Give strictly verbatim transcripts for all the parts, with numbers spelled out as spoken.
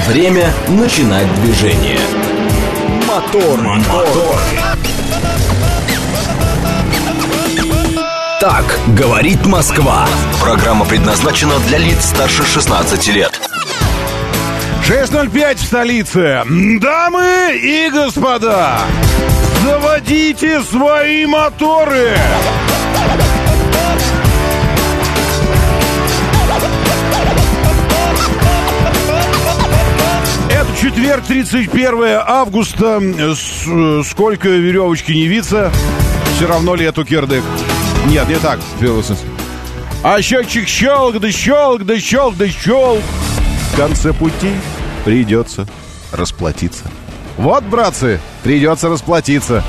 Время начинать движение. Мотор, мотор. Так говорит Москва. Программа предназначена для лиц старше шестнадцати лет. шесть ноль пять в столице. Дамы и господа, заводите свои моторы. Это четверг, тридцать первое августа. С, сколько веревочки не виться, все равно лету кирдык. Нет, не так. А щелчик щелк, да щелк, да щелк, да щелк. В конце пути придется расплатиться. Вот, братцы, придется расплатиться.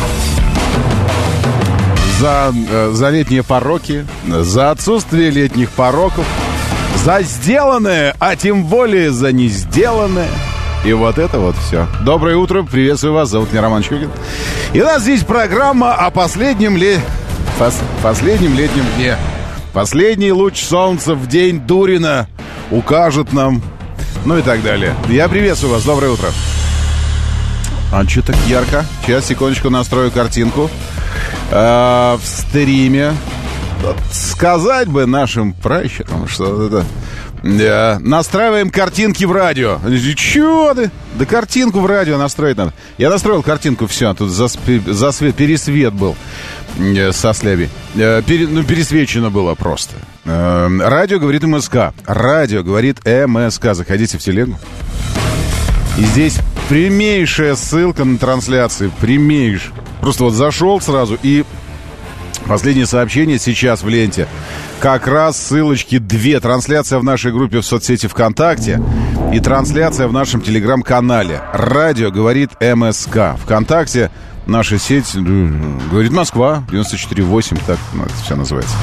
За, за летние пороки, за отсутствие летних пороков, за сделанное, а тем более за не сделанное. И вот это вот все. Доброе утро, приветствую вас, зовут меня Роман Щукин. И у нас здесь программа о последнем, ле... Пос... последнем летнем дне. Последний луч солнца в день Дурина укажет нам, ну и так далее. Я приветствую вас, доброе утро. А что так ярко? Сейчас, секундочку, настрою картинку. А, в стриме. Сказать бы нашим пращурам, что это... Да. Настраиваем картинки в радио. Чего ты? Да картинку в радио настроить надо. Я настроил картинку, все. Тут засвет, засвет, пересвет был со сляби. Пере, ну, пересвечено было просто. Радио говорит МСК. Радио говорит МСК. Заходите в телегу. И здесь прямейшая ссылка на трансляции. Прямейшая. Просто вот зашел сразу и... Последнее сообщение сейчас в ленте. Как раз ссылочки две. Трансляция в нашей группе в соцсети ВКонтакте и трансляция в нашем телеграм-канале. Радио говорит МСК. ВКонтакте наша сеть говорит Москва девяносто четыре восемь. Так ну, это все называется.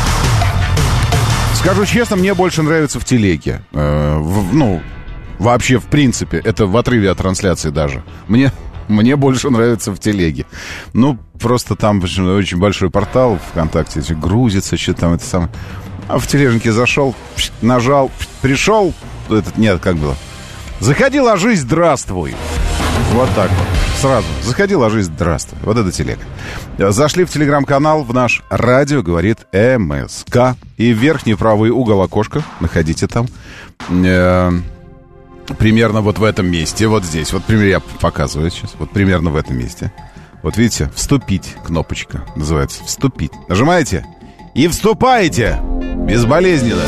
Скажу честно, мне больше нравится в телеге. Э, в, ну, вообще, в принципе, это в отрыве от трансляции даже. Мне... Мне больше нравится в телеге. Ну, просто там очень большой портал ВКонтакте, грузится, что там это самое. А в тележнике зашел, нажал, пришел. Этот, нет, как было? Заходи, ложись, здравствуй. Вот так вот. Сразу. Заходи, ложись, здравствуй. Вот это телега. Зашли в телеграм-канал, в наш радио говорит МСК. И в верхний правый угол окошка, находите там... Примерно вот в этом месте, вот здесь. Вот пример я показываю сейчас. Вот примерно в этом месте. Вот видите, вступить кнопочка называется. Вступить. Нажимаете и вступаете безболезненно.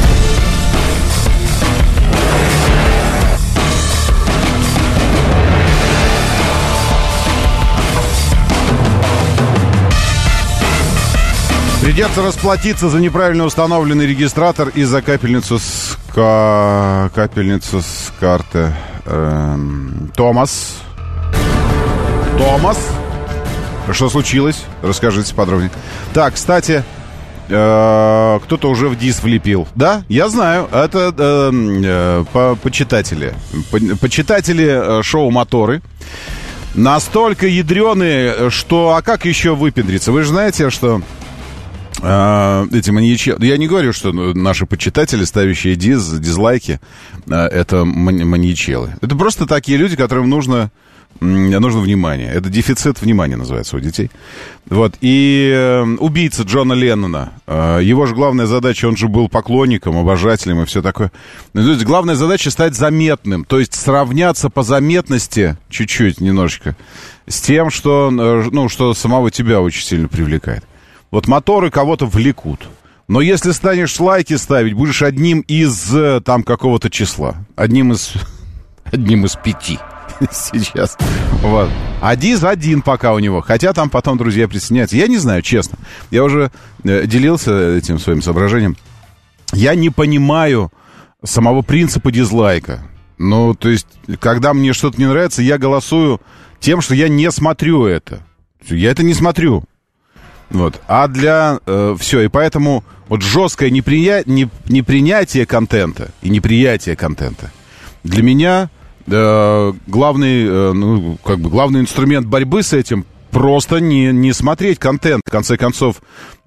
Придется расплатиться за неправильно установленный регистратор и за капельницу с, ка... капельницу с карты. Эм... Томас. Томас. Что случилось? Расскажите подробнее. Так, кстати, э... кто-то уже в дис влепил. Да, я знаю. Это э... Э... По... почитатели. По... Почитатели шоу «Моторы». Настолько ядреные, что... А как еще выпендриться? Вы же знаете, что... Uh, эти маньячи... Я не говорю, что наши почитатели, ставящие диз, дизлайки, uh, это ман- маньячелы. Это просто такие люди, которым нужно, нужно внимание. Это дефицит внимания называется у детей. Вот. И uh, убийца Джона Леннона, uh, его же главная задача, он же был поклонником, обожателем и все такое. То есть главная задача стать заметным, то есть сравняться по заметности чуть-чуть, немножечко, с тем, что, ну, что самого тебя очень сильно привлекает. Вот моторы кого-то влекут. Но если станешь лайки ставить, будешь одним из там какого-то числа. Одним из... Одним из пяти. Сейчас. Вот. Один за один пока у него. Хотя там потом друзья присоединяются. Я не знаю, честно. Я уже э, делился этим своим соображением. Я не понимаю самого принципа дизлайка. Ну, то есть, когда мне что-то не нравится, я голосую тем, что я не смотрю это. Я это не смотрю. Вот. А для... Э, все, и поэтому вот жесткое неприя... не... непринятие контента и неприятие контента для меня э, главный, э, ну, как бы главный инструмент борьбы с этим просто не, не смотреть контент. В конце концов,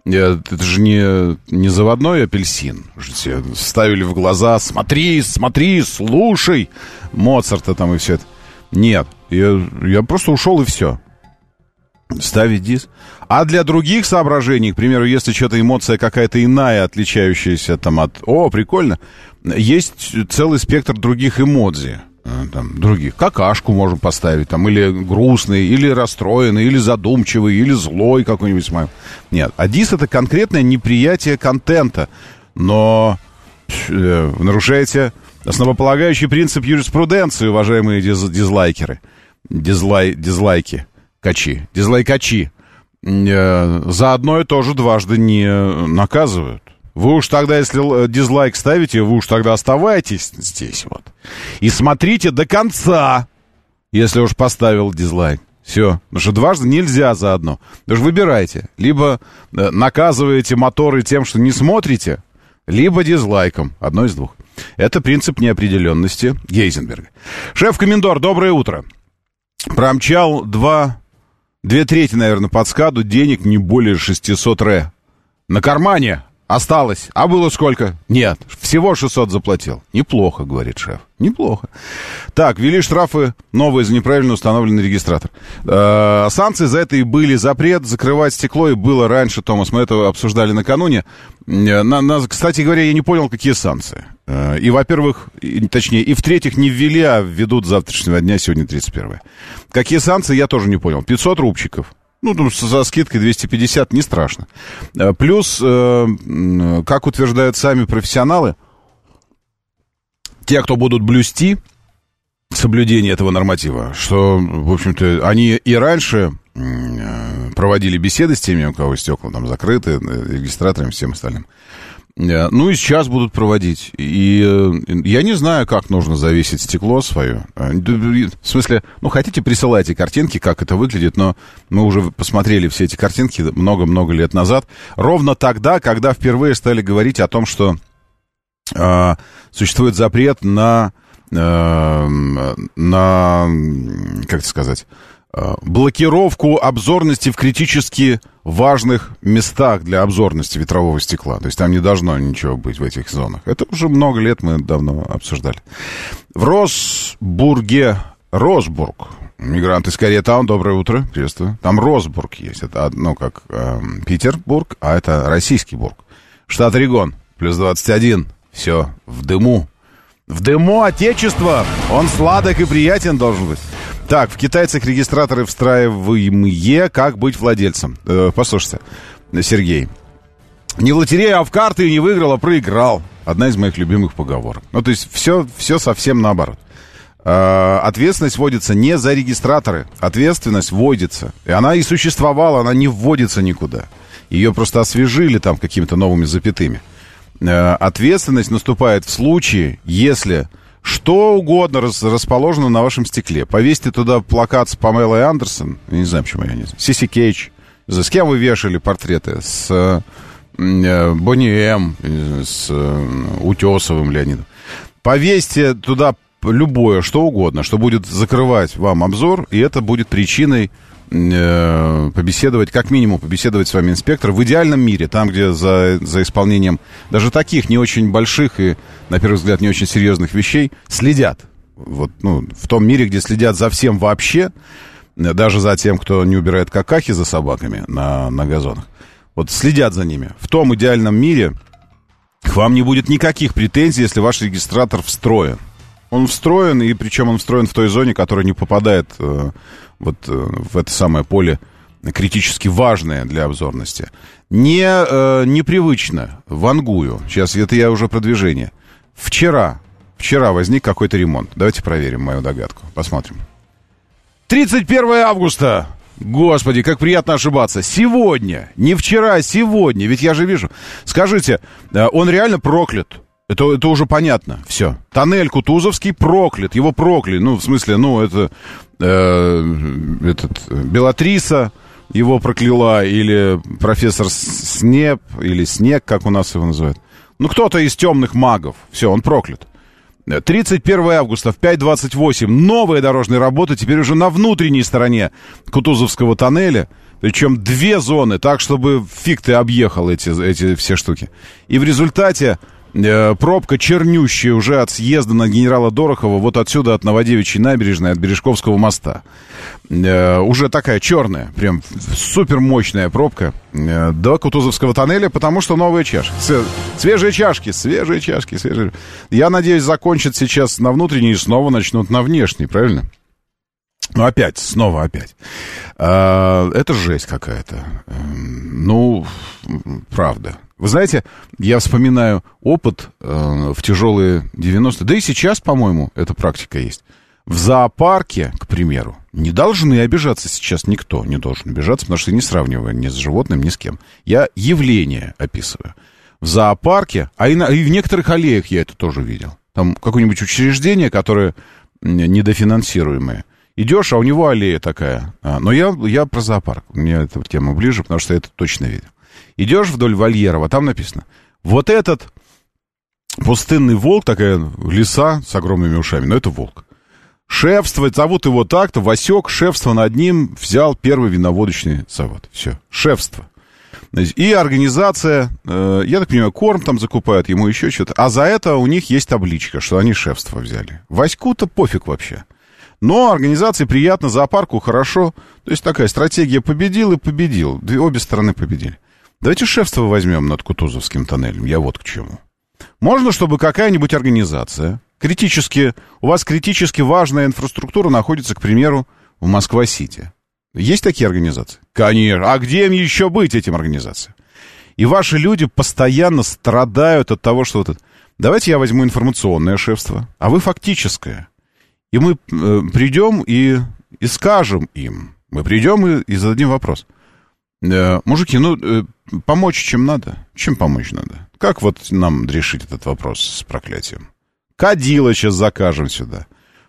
Это же не, не заводной апельсин. Тебе ставили в глаза: смотри, смотри, слушай Моцарта там и все это. Нет, я, я просто ушел и все. Ставить диск. А для других соображений, к примеру, если что-то эмоция какая-то иная, отличающаяся там от... О, прикольно. Есть целый спектр других эмодзи. Там, других. Какашку можем поставить, там, или грустный, или расстроенный, или задумчивый, или злой какой-нибудь. Нет, а дис — это конкретное неприятие контента. Но э, нарушаете основополагающий принцип юриспруденции, уважаемые диз, дизлайкеры. Дизлай, дизлайки. Качи. Дизлайкачи. Э, за одно и то же дважды не наказывают. Вы уж тогда, если дизлайк ставите, вы уж тогда оставайтесь здесь вот. И смотрите до конца, если уж поставил дизлайк. Все. Потому что дважды нельзя заодно. Даже выбирайте. Либо наказываете моторы тем, что не смотрите, либо дизлайком. Одно из двух. Это принцип неопределенности Гейзенберга. Шеф-комендор, доброе утро. Промчал два, две трети, наверное, под скаду, денег не более шестьсот рэ. На кармане осталось. А было сколько? Нет. Всего шестьсот заплатил. Неплохо, говорит шеф. Неплохо. Так, ввели штрафы новые за неправильно установленный регистратор. Э-э, санкции за это и были. Запрет закрывать стекло и было раньше, Томас. Мы это обсуждали накануне. На, на, кстати говоря, я не понял, какие санкции. Э-э, и, во-первых, и, точнее, и в-третьих, не ввели, а введут с завтрашнего дня, сегодня тридцать первое. Какие санкции, я тоже не понял. пятьсот рубчиков. Ну, там, за скидкой двести пятьдесят, не страшно. Плюс, э, как утверждают сами профессионалы, те, кто будут блюсти соблюдение этого норматива, что, в общем-то, они и раньше э, проводили беседы с теми, у кого стекла там закрыты, регистраторами и всем остальным. Ну и сейчас будут проводить. И я не знаю, как нужно завесить стекло свое. В смысле, ну, хотите, присылайте картинки, как это выглядит, но мы уже посмотрели все эти картинки много-много лет назад. Ровно тогда, когда впервые стали говорить о том, что э, существует запрет на, э, на, как это сказать, э, блокировку обзорности в критически важных местах для обзорности ветрового стекла. То есть там не должно ничего быть в этих зонах. Это уже много лет мы давно обсуждали. В Росбурге, Росбург, мигрант из Кореятаун, доброе утро, приветствую. Там Росбург есть, это одно как э, Петербург, а это российский бург. Штат Орегон, плюс двадцать один, все в дыму. В дыму отечества, он сладок и приятен должен быть. Так, в китайцах регистраторы встраиваемые, как быть владельцем. Э, послушайте, Сергей. Не в лотерею, а в карты не выиграл, а проиграл. Одна из моих любимых поговорок. Ну, то есть все, все совсем наоборот. Э, ответственность вводится не за регистраторы. Ответственность вводится. И она и существовала, она не вводится никуда. Ее просто освежили там какими-то новыми запятыми. Э, ответственность наступает в случае, если... Что угодно рас, расположено на вашем стекле. Повесьте туда плакат с Памелой Андерсон. Я не знаю, почему я не знаю. Сиси Кейдж. С кем вы вешали портреты? С э, Бонни М. С э, Утесовым Леонидом. Повесьте туда любое, что угодно, что будет закрывать вам обзор. И это будет причиной э, побеседовать, как минимум побеседовать с вами инспектор. В идеальном мире, там, где за, за исполнением даже таких не очень больших и, на первый взгляд, не очень серьезных вещей следят. Вот, ну, в том мире, где следят за всем вообще, даже за тем, кто не убирает какахи за собаками на, на газонах, вот следят за ними. В том идеальном мире к вам не будет никаких претензий, если ваш регистратор встроен. Он встроен, и причем он встроен в той зоне, которая не попадает э, вот э, в это самое поле критически важное для обзорности. Не, э, непривычно, вангую. Сейчас это я уже продвижение. Вчера, вчера возник какой-то ремонт. Давайте проверим мою догадку. Посмотрим. тридцать первое августа. Господи, как приятно ошибаться. Сегодня. Не вчера, а сегодня. Ведь я же вижу. Скажите, он реально проклят? Это, это уже понятно. Все. Тоннель Кутузовский проклят. Его прокляли. Ну, в смысле, ну, это... Э, этот... Белатриса его прокляла. Или профессор Снеп. Или Снег, как у нас его называют. Ну, кто-то из темных магов. Все, он проклят. тридцать первое августа в пять двадцать восемь. Новые дорожные работы теперь уже на внутренней стороне Кутузовского тоннеля. Причем две зоны, так, чтобы фиг ты объехал эти, эти все штуки. И в результате э, пробка чернющая уже от съезда на генерала Дорохова, вот отсюда, от Новодевичьей набережной, от Бережковского моста. Э, уже такая черная, прям супер мощная пробка э, до Кутузовского тоннеля, потому что новые чашки. Свежие чашки, свежие чашки, свежие. Я надеюсь, закончат сейчас на внутренней и снова начнут на внешней, правильно? Ну, опять, снова опять. А, это жесть какая-то. Ну, правда. Вы знаете, я вспоминаю опыт э, в тяжелые девяностые, да и сейчас, по-моему, эта практика есть. В зоопарке, к примеру, не должны обижаться сейчас никто, не должен обижаться, потому что я не сравниваю ни с животным, ни с кем. Я явление описываю. В зоопарке, а и, на, и в некоторых аллеях я это тоже видел. Там какое-нибудь учреждение, которое недофинансируемое. Идешь, а у него аллея такая. А, но я, я про зоопарк. Мне эта тема ближе, потому что я это точно видел. Идешь вдоль вольеров, а там написано: вот этот пустынный волк, такая лиса с огромными ушами, но это волк. Шефствовать, зовут его так-то, Васек, шефство над ним взял первый виноводочный завод. Все, шефство. И организация, э, я так понимаю, корм там закупают, ему еще что-то. А за это у них есть табличка, что они шефство взяли. Ваську-то пофиг вообще. Но организации приятно, зоопарку хорошо. То есть такая стратегия: победил и победил. Две, обе стороны победили. Давайте шефство возьмем над Кутузовским тоннелем. Я вот к чему. Можно, чтобы какая-нибудь организация, критически, у вас критически важная инфраструктура находится, к примеру, в Москва-Сити. Есть такие организации? Конечно. А где им еще быть, этим организациям? И ваши люди постоянно страдают от того, что вот это... Давайте я возьму информационное шефство, а вы фактическое. И мы э, придем и, и скажем им, мы придем и, и зададим вопрос. Э, мужики, ну, э, помочь чем надо? Чем помочь надо? Как вот нам решить этот вопрос с проклятием? Кадила сейчас закажем сюда.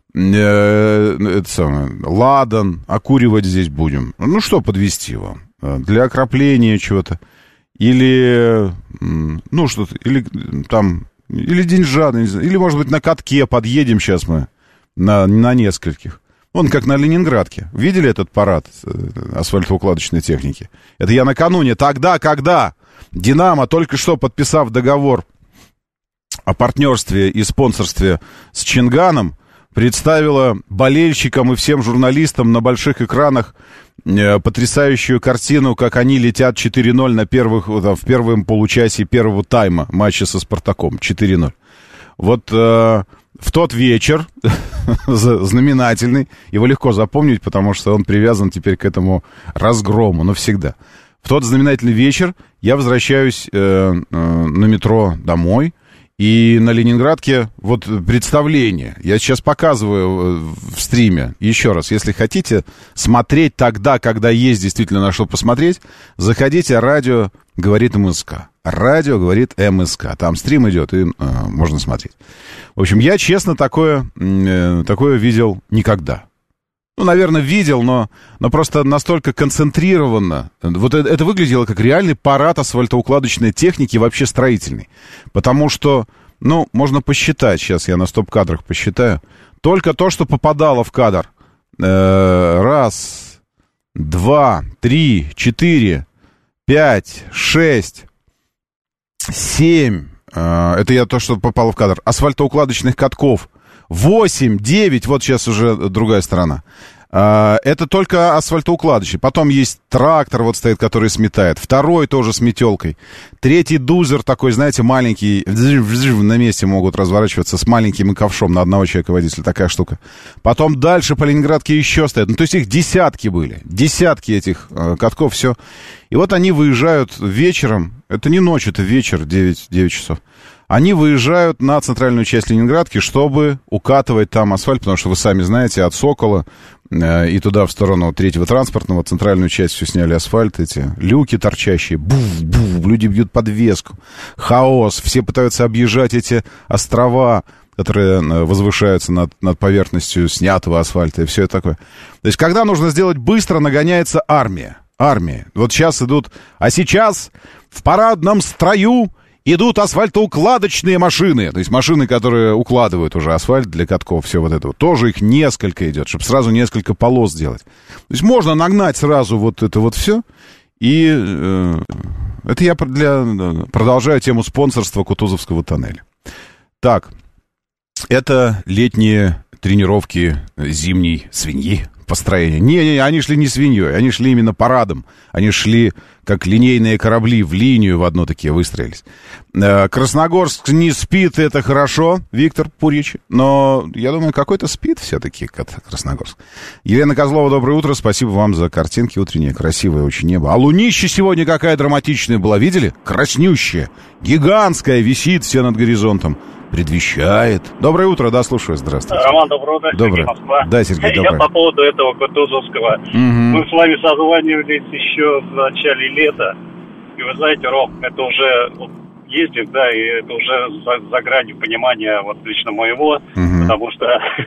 Э, это самое, ладан, окуривать здесь будем. Ну, что подвезти вам? Для окропления чего-то? Или, ну, что-то, или там, или деньжат, или, может быть, на катке подъедем сейчас мы. На, на нескольких. Вон как на Ленинградке. Видели этот парад асфальтоукладочной техники? Это я накануне. Тогда, когда «Динамо», только что подписав договор о партнерстве и спонсорстве с Чинганом, представила болельщикам и всем журналистам на больших экранах э, потрясающую картину, как они летят четыре ноль на первых, там, в первом получасе первого тайма матча со «Спартаком». четыре ноль. Вот... Э, В тот вечер, знаменательный, его легко запомнить, потому что он привязан теперь к этому разгрому навсегда. В тот знаменательный вечер я возвращаюсь э, э, на метро домой, и на Ленинградке вот представление. Я сейчас показываю в стриме. Еще раз, если хотите смотреть тогда, когда есть действительно на что посмотреть, заходите, радио говорит МСК. Радио говорит МСК. Там стрим идет, и э, можно смотреть. В общем, я, честно, такое, э, такое видел никогда. Ну, наверное, видел, но, но просто настолько концентрированно. Вот это, это выглядело как реальный парад асфальтоукладочной техники, вообще строительный. Потому что, ну, можно посчитать, сейчас я на стоп-кадрах посчитаю, только то, что попадало в кадр. Э, раз, два, три, четыре, пять, шесть, семь. Э, это я то, что попало в кадр. Асфальтоукладочных катков. восемь, девять, вот сейчас уже другая сторона. Это только асфальтоукладочный. Потом есть трактор, вот стоит, который сметает. Второй тоже с метелкой. Третий дузер такой, знаете, маленький. На месте могут разворачиваться с маленьким ковшом на одного человека водителя. Такая штука. Потом дальше по Ленинградке еще стоят. Ну, то есть их десятки были. Десятки этих э, катков, все. И вот они выезжают вечером. Это не ночь, это вечер, девять, девять часов. Они выезжают на центральную часть Ленинградки, чтобы укатывать там асфальт, потому что вы сами знаете, от Сокола э, и туда в сторону третьего транспортного, центральную часть все сняли асфальт, эти люки торчащие, був-був, люди бьют подвеску, хаос, все пытаются объезжать эти острова, которые возвышаются над, над поверхностью снятого асфальта и все это такое. То есть, когда нужно сделать быстро, нагоняется армия. Армия. Вот сейчас идут, а сейчас в парадном строю Идут асфальтоукладочные машины, то есть машины, которые укладывают уже асфальт для катков, все вот это вот. Тоже их несколько идет, чтобы сразу несколько полос сделать. То есть можно нагнать сразу вот это вот все. И э, это я для, продолжаю тему спонсорства Кутузовского тоннеля. Так, это летние тренировки зимней свиньи. Построение. Не, не, они шли не свиньей, они шли именно парадом. Они шли как линейные корабли в линию в одно такие выстроились. Красногорск не спит, это хорошо, Виктор Пурич, но я думаю, какой-то спит все-таки Красногорск. Елена Козлова, доброе утро, спасибо вам за картинки утренние, красивое очень небо. А лунище сегодня какая драматичная была, видели? Краснющая, гигантская, висит все над горизонтом. Предвещает. Доброе утро, да, слушаю, здравствуйте. Роман, доброе утро, доброе. Сергей, Москва. Да, Сергей, доброе. Я по поводу этого Кутузовского. Угу. Мы с вами созванивались еще в начале лета. И вы знаете, Ром, это уже вот, ездит, да, и это уже за, за гранью понимания вот лично моего, угу. Потому что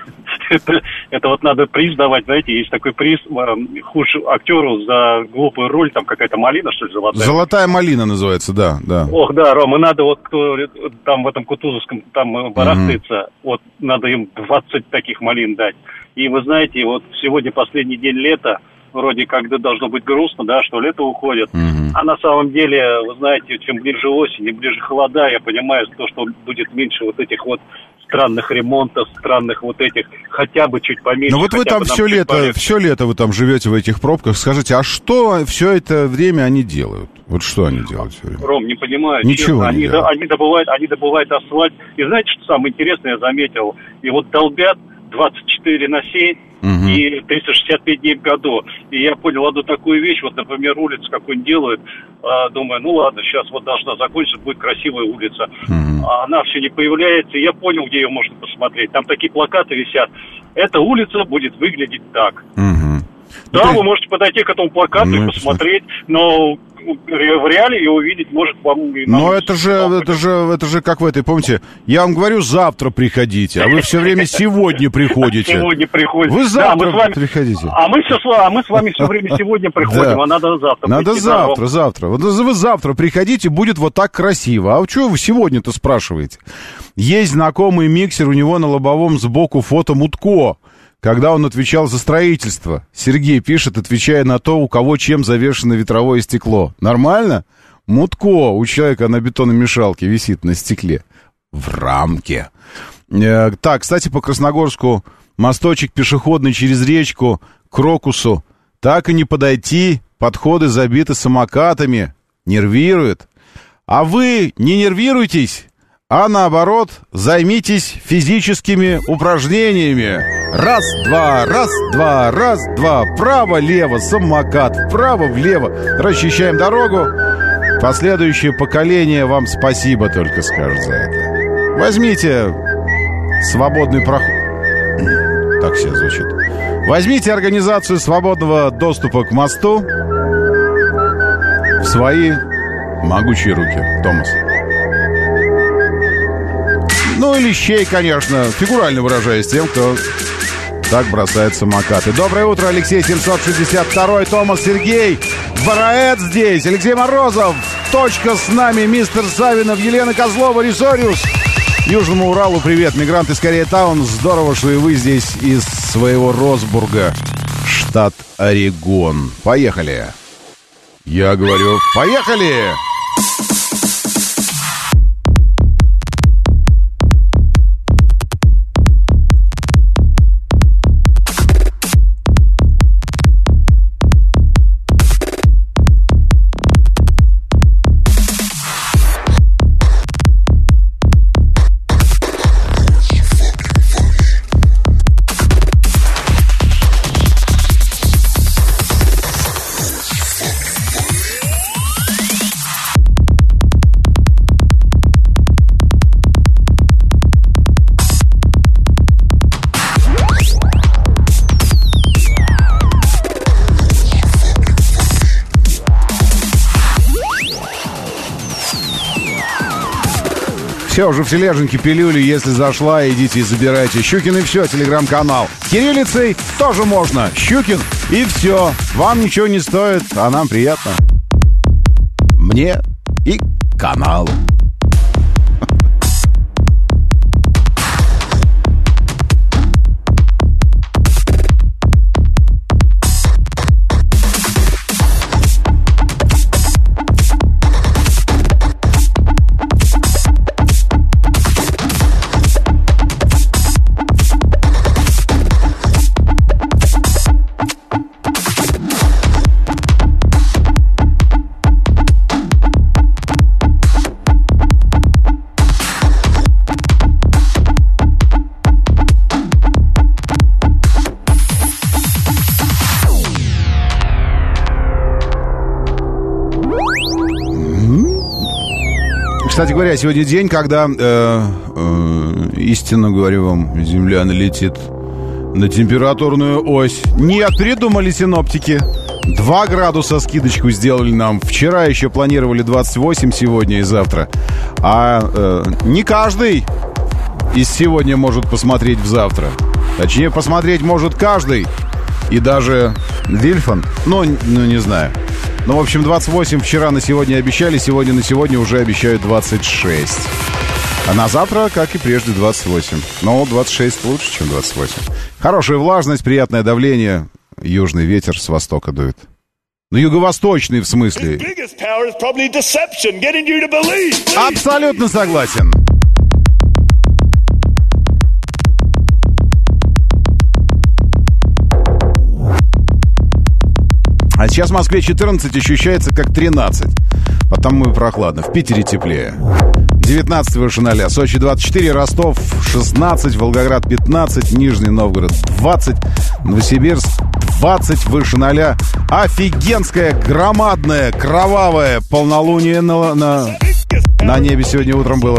это, это вот надо приз давать, знаете, есть такой приз э, худшему актеру за глупую роль, там какая-то малина, что ли, золотая. Золотая малина называется, да, да. Ох, да, Ром, и надо вот, кто там в этом Кутузовском там барахтается, mm-hmm. вот надо им двадцать таких малин дать. И вы знаете, вот сегодня последний день лета, вроде как должно быть грустно, да, что лето уходит. Mm-hmm. А на самом деле, вы знаете, чем ближе осень и ближе холода, я понимаю, то, что будет меньше вот этих вот странных ремонтов, странных вот этих, хотя бы чуть поменьше. Ну вот вы там все лето, полегче. все лето вы там живете в этих пробках. Скажите, а что все это время они делают? Вот что они делают все время? Ром, не понимаю. Ничего не они, делают. Они добывают, они добывают асфальт. И знаете, что самое интересное, я заметил? И вот долбят двадцать четыре на семь угу. и триста шестьдесят пять дней в году. И я понял одну такую вещь, вот, например, улицу какую-нибудь делают, а, думаю, ну ладно, сейчас вот должна закончиться, будет красивая улица. Угу. А она все не появляется, и я понял, где ее можно посмотреть. Там такие плакаты висят. Эта улица будет выглядеть так. Угу. Да, ну, вы можете подойти к этому плакату ну, и посмотреть, но в реале ее увидеть может вам... Но это же, это же, это же как в этой, помните, я вам говорю, завтра приходите, а вы все время сегодня приходите. Сегодня приходите. Вы завтра приходите. А мы все, а мы с вами все время сегодня приходим, а надо завтра. Надо завтра, завтра. Вот вы завтра приходите, будет вот так красиво. А что вы сегодня-то спрашиваете? Есть знакомый миксер, у него на лобовом сбоку фото Мутко, когда он отвечал за строительство. Сергей пишет, отвечая на то, у кого чем завешено ветровое стекло. Нормально? Мутко у человека на бетономешалке висит на стекле. В рамке. Э, так, кстати, по Красногорску мосточек пешеходный через речку к Крокусу. Так и не подойти, подходы забиты самокатами. Нервирует. А вы не нервируйтесь, а наоборот, займитесь физическими упражнениями. Раз, два, раз, два, раз, два. Право-лево, самокат, вправо-влево. Расчищаем дорогу. Последующее поколение вам спасибо только скажет за это. Возьмите свободный проход. Так все звучит. Возьмите организацию свободного доступа к мосту в свои могучие руки, Томас. Ну и лещей, конечно, фигурально выражаясь, тем, кто так бросает самокаты. Доброе утро, Алексей семьсот шестьдесят два, Томас, Сергей, Бараэт здесь, Алексей Морозов, точка с нами, мистер Савинов, Елена Козлова, Ресориус. Южному Уралу привет, мигранты из Кореятаун, здорово, что и вы здесь из своего Росбурга, штат Орегон. Поехали. Я говорю, поехали! Все, уже в тележеньке пилюли, если зашла, идите и забирайте. Щукин и все, телеграм-канал. Кириллицей тоже можно. Щукин и все. Вам ничего не стоит, а нам приятно. Мне и каналу. Кстати говоря, сегодня день, когда, э, э, истинно говорю вам, Земля налетит на температурную ось. Нет, придумали синоптики. два градуса скидочку сделали нам. Вчера еще планировали двадцать восемь, сегодня и завтра. А э, не каждый из сегодня может посмотреть в завтра. Точнее, посмотреть может каждый. И даже Вильфан. Ну, ну, не знаю. Ну, в общем, двадцать восемь вчера на сегодня обещали. Сегодня на сегодня уже обещают двадцать шесть. А на завтра, как и прежде, двадцать восемь. Но двадцать шесть лучше, чем двадцать восемь. Хорошая влажность, приятное давление. Южный ветер с востока дует. Ну, юго-восточный в смысле. Абсолютно согласен. А сейчас в Москве четырнадцать, ощущается как тринадцать. Потому и прохладно. В Питере теплее. девятнадцать выше ноля. Сочи двадцать четыре, Ростов шестнадцать, Волгоград пятнадцать, Нижний Новгород двадцать, Новосибирск двадцать выше ноля. Офигенское, громадное, кровавое полнолуние на, на, на небе сегодня утром было.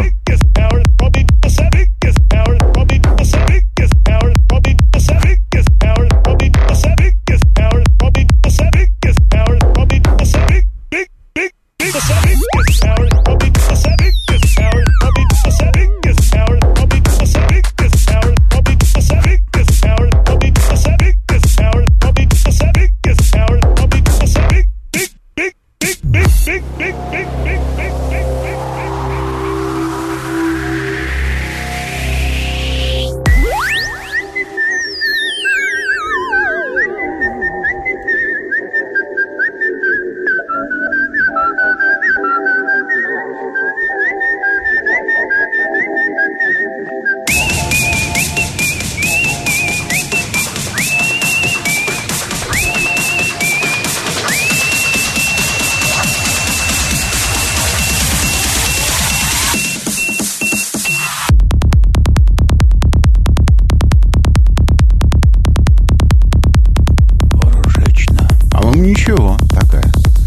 Ничего, такая.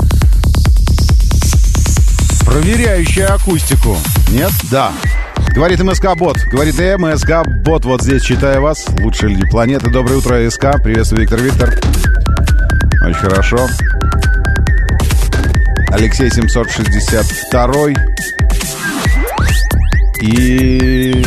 Проверяющая акустику. Нет? Да. Говорит МСК-бот. Говорит МСК-бот. Вот здесь читаю вас. Лучшие люди планеты. Доброе утро, СК. Приветствую, Виктор Виктор. Очень хорошо. Алексей семьсот шестьдесят два. И...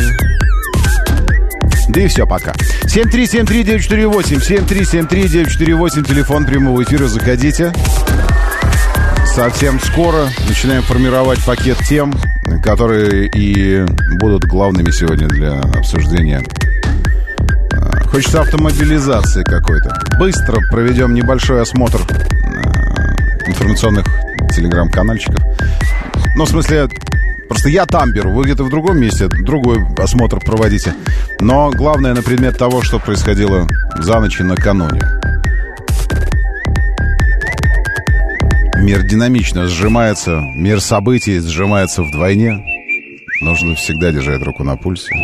Да и все, пока. семь три семь три девять четыре восемь. семь три семь три девять четыре восемь. Телефон прямого эфира. Заходите. Совсем скоро начинаем формировать пакет тем, которые и будут главными сегодня для обсуждения. Хочется автомобилизации какой-то. Быстро проведем небольшой осмотр информационных телеграм-канальчиков. Ну, в смысле... Просто я там беру, вы где-то в другом месте другой осмотр проводите. Но главное на предмет того, что происходило за ночь и накануне. Мир динамично сжимается, мир событий сжимается вдвойне. Нужно всегда держать руку на пульсе.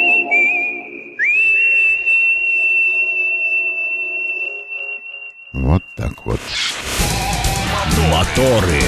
Вот так вот. Моторы.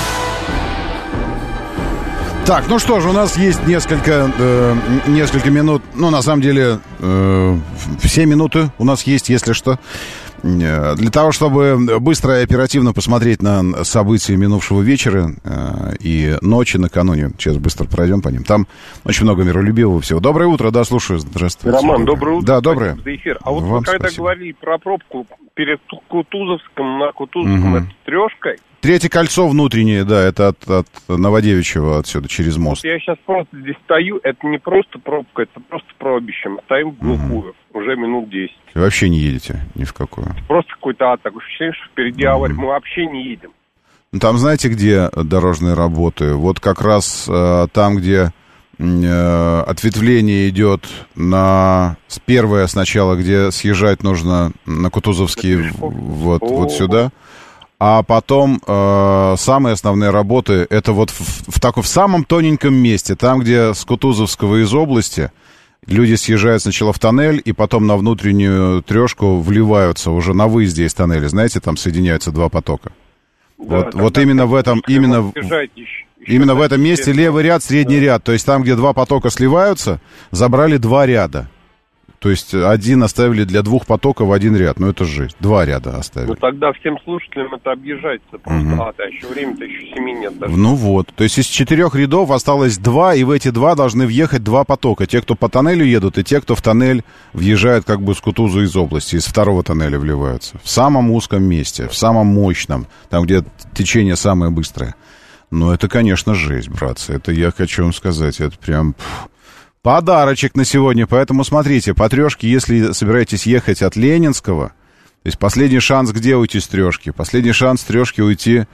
Так, ну что же, у нас есть несколько, э, несколько минут, ну, на самом деле, э, все минуты у нас есть, если что, э, для того, чтобы быстро и оперативно посмотреть на события минувшего вечера э, и ночи накануне. Сейчас быстро пройдем по ним. Там очень много миролюбивого всего. Доброе утро, да, слушаю. Здравствуйте. Роман, доброе утро. Да, доброе. За эфир. А вот Вам вы когда спасибо. говорили про пробку перед Кутузовском, на Кутузовском, Угу. это трешкой. Третье кольцо внутреннее, да, это от, от Новодевичьего отсюда, через мост. Я сейчас просто здесь стою, это не просто пробка, это просто пробище. Мы стоим в глухую, угу. уже минут десять. Вы вообще не едете ни в какую? Просто какой-то ад, такое ощущение, что впереди Угу. авария. Мы вообще не едем. Ну, там знаете, где дорожные работы? Вот как раз э, там, где э, ответвление идет на... Первое сначала, где съезжать нужно на Кутузовский, вот, вот сюда. А потом э, самые основные работы, это вот в, в, таком, в самом тоненьком месте, там, где с Кутузовского из области люди съезжают сначала в тоннель, и потом на внутреннюю трешку вливаются уже на выезде из тоннеля. Знаете, там соединяются два потока. Да, вот вот именно в этом, именно... Съезжаете, Именно в этом месте левый ряд, средний да. ряд. То есть там, где два потока сливаются, забрали два ряда. То есть один оставили для двух потоков в один ряд. Ну, это жесть. Два ряда оставили. Ну, тогда всем слушателям это объезжается просто. Угу. А, да, еще времени-то еще семи нет даже. Ну вот. То есть из четырех рядов осталось два, и в эти два должны въехать два потока. Те, кто по тоннелю едут, и те, кто в тоннель въезжают как бы с Кутузу из области, из второго тоннеля вливаются. В самом узком месте, в самом мощном, там, где течение самое быстрое. Ну, это, конечно, жесть, братцы. Это я хочу вам сказать. Это прям... Подарочек на сегодня, поэтому смотрите, по трешке, если собираетесь ехать от Ленинского, то есть последний шанс где уйти с трешки? Последний шанс с трешки уйти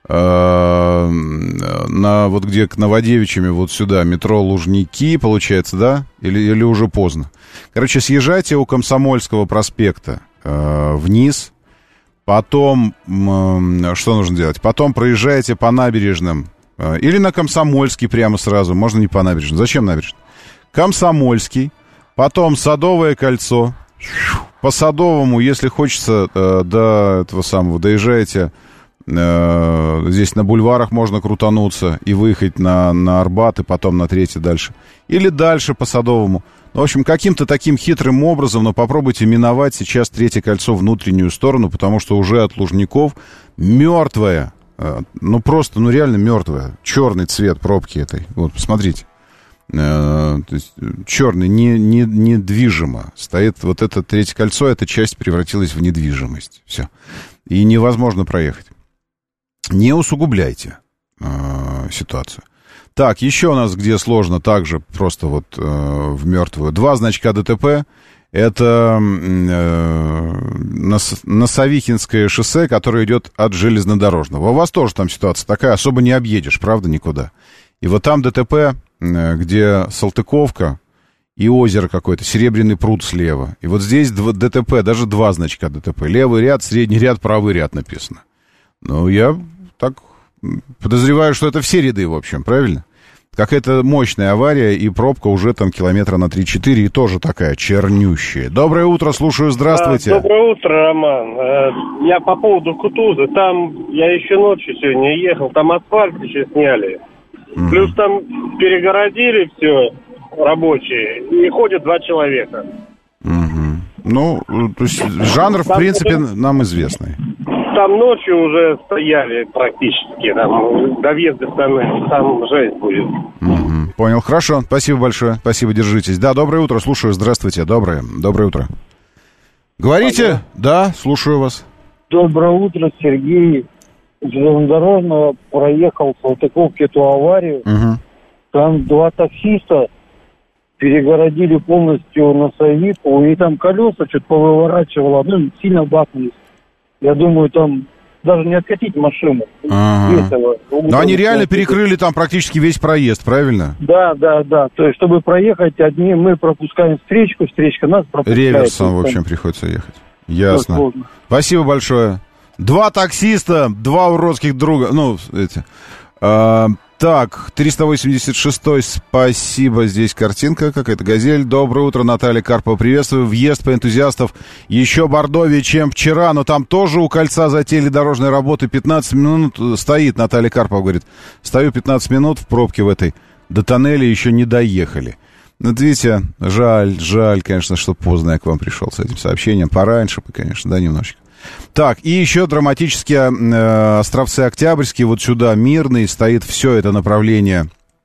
э, на вот где к Новодевичьими, вот сюда, метро Лужники, получается, да? Или, или уже поздно? Короче, съезжайте у Комсомольского проспекта э, вниз, потом, э, что нужно делать? Потом проезжаете по набережным, э, или на Комсомольский прямо сразу, можно не по набережным. Зачем набережным? Комсомольский, потом Садовое кольцо. По Садовому, если хочется, э, до этого самого, доезжаете, э, здесь на бульварах можно крутануться и выехать на, на Арбат, и потом на третий дальше. Или дальше по Садовому. Ну, в общем, каким-то таким хитрым образом, но попробуйте миновать сейчас третье кольцо внутреннюю сторону, потому что уже от Лужников мертвая, э, ну просто, ну реально мертвая, черный цвет пробки этой. Вот, посмотрите. То есть черный, не, не, недвижимо стоит вот это третье кольцо, эта часть превратилась в недвижимость. Все. И невозможно проехать. Не усугубляйте э, ситуацию. Так, еще у нас где сложно, также просто вот э, в мертвую. Два значка ДТП. Это э, Нос, Носовихинское шоссе, которое идет от железнодорожного. У вас тоже там ситуация такая, особо не объедешь, правда, никуда. И вот там ДТП, где Салтыковка и озеро какое-то, Серебряный пруд слева. И вот здесь ДТП, даже два значка ДТП. Левый ряд, средний ряд, правый ряд написано. Ну, я так подозреваю, что это все ряды, в общем, правильно? Какая-то мощная авария, и пробка уже там километра на три-четыре, и тоже такая чернющая. Доброе утро, слушаю, здравствуйте. А, доброе утро, Роман. Я по поводу Кутузы. Там я еще ночью сегодня ехал, там асфальт еще сняли. Mm-hmm. Плюс там перегородили все рабочие, и ходят два человека. Mm-hmm. Ну, то есть жанр, там, в принципе, там, нам известный. Там ночью уже стояли практически, там до въезда в тоннель, там жесть будет. Mm-hmm. Понял, хорошо, спасибо большое, спасибо, держитесь. Да, доброе утро, слушаю, здравствуйте, доброе, доброе утро. Говорите? Алло. Да, слушаю вас. Доброе утро, Сергей. Железнодорожного проехал в Салтыковке эту аварию. Угу. Там два таксиста перегородили полностью Носовику, и там колеса что-то повыворачивало, ну, сильно бахнулись. Я думаю, там даже не откатить машину. Ага. Но они реально перекрыли там практически весь проезд, правильно? Да, да, да. То есть, чтобы проехать, одни мы пропускаем встречку, встречка нас пропускает. Реверсом, в общем, приходится ехать. Ясно. Спасибо большое. Два таксиста, два уродских друга. Ну, эти. А, так, триста восемьдесят шестой, спасибо. Здесь картинка какая-то. Газель. Доброе утро, Наталья Карпова. Приветствую. Въезд по энтузиастов еще бордовее, чем вчера. Но там тоже у кольца затеяли дорожные работы. пятнадцать минут стоит, Наталья Карпова говорит. Стою пятнадцать минут в пробке в этой. До тоннеля еще не доехали. Ну, видите, жаль, жаль, конечно, что поздно я к вам пришел с этим сообщением. Пораньше бы, конечно, да, немножечко. Так, и еще драматические э, Островцы Октябрьские, вот сюда, Мирный, стоит все это направление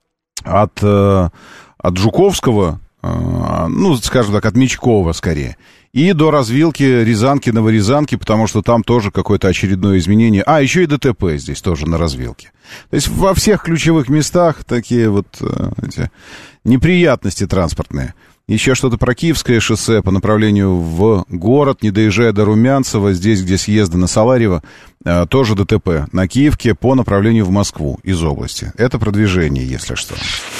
от, э, от Жуковского, э, ну, скажем так, от Мечкова скорее, и до развилки Рязанки, Новорязанки, потому что там тоже какое-то очередное изменение. А, еще и ДТП здесь тоже на развилке. То есть во всех ключевых местах такие вот э, эти неприятности транспортные. Еще что-то про Киевское шоссе по направлению в город, не доезжая до Румянцева, здесь, где съезды на Саларьево, тоже ДТП на Киевке по направлению в Москву из области. Это продвижение, если что.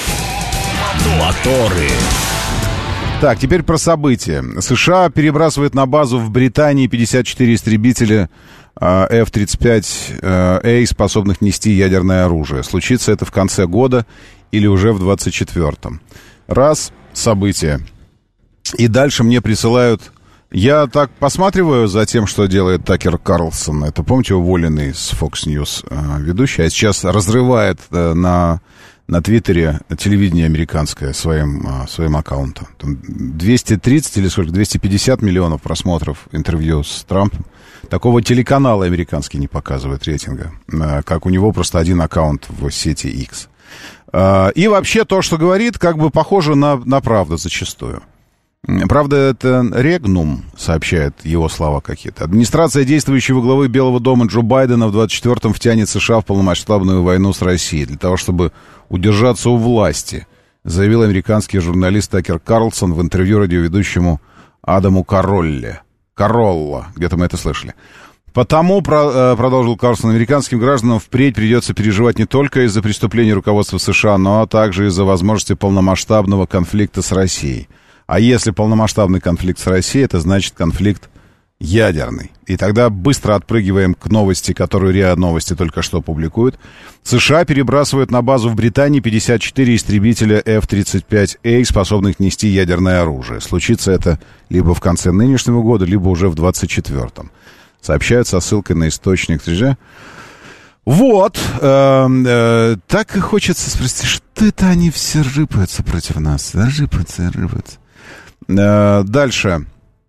Моторы. Так, теперь про события. США перебрасывает на базу в Британии пятьдесят четыре истребителя эф тридцать пять эй, способных нести ядерное оружие. Случится это в конце года или уже в двадцать четвёртом. Раз... события. И дальше мне присылают Я так посматриваю за тем, что делает Такер Карлсон. Это, помните, уволенный с Fox News э, ведущий, а сейчас разрывает э, на, на Твиттере телевидение американское своим, э, своим аккаунтом. Там двести тридцать или сколько, двести пятьдесят миллионов просмотров интервью с Трампом. Такого телеканала американский не показывает рейтинга, э, как у него просто один аккаунт в сети X. Э, и вообще то, что говорит, как бы похоже на, на правду зачастую. Правда, это регнум, сообщает его слова какие-то. Администрация действующего главы Белого дома Джо Байдена в двадцать четвёртом втянет США в полномасштабную войну с Россией для того, чтобы удержаться у власти, заявил американский журналист Такер Карлсон в интервью радиоведущему Адаму Каролле. Каролла, где-то мы это слышали. Потому, продолжил Карлсон, американским гражданам впредь придется переживать не только из-за преступлений руководства США, но также из-за возможности полномасштабного конфликта с Россией. А если полномасштабный конфликт с Россией, это значит конфликт ядерный. И тогда быстро отпрыгиваем к новости, которую РИА Новости только что публикуют. США перебрасывают на базу в Британии пятьдесят четыре истребителя эф тридцать пять эй, способных нести ядерное оружие. Случится это либо в конце нынешнего года, либо уже в двадцать четвёртом. Сообщают со ссылкой на источник. Вот. Э, э, так и хочется спросить, что это они все рыпаются против нас? Рыпаются, рыпаются. Дальше.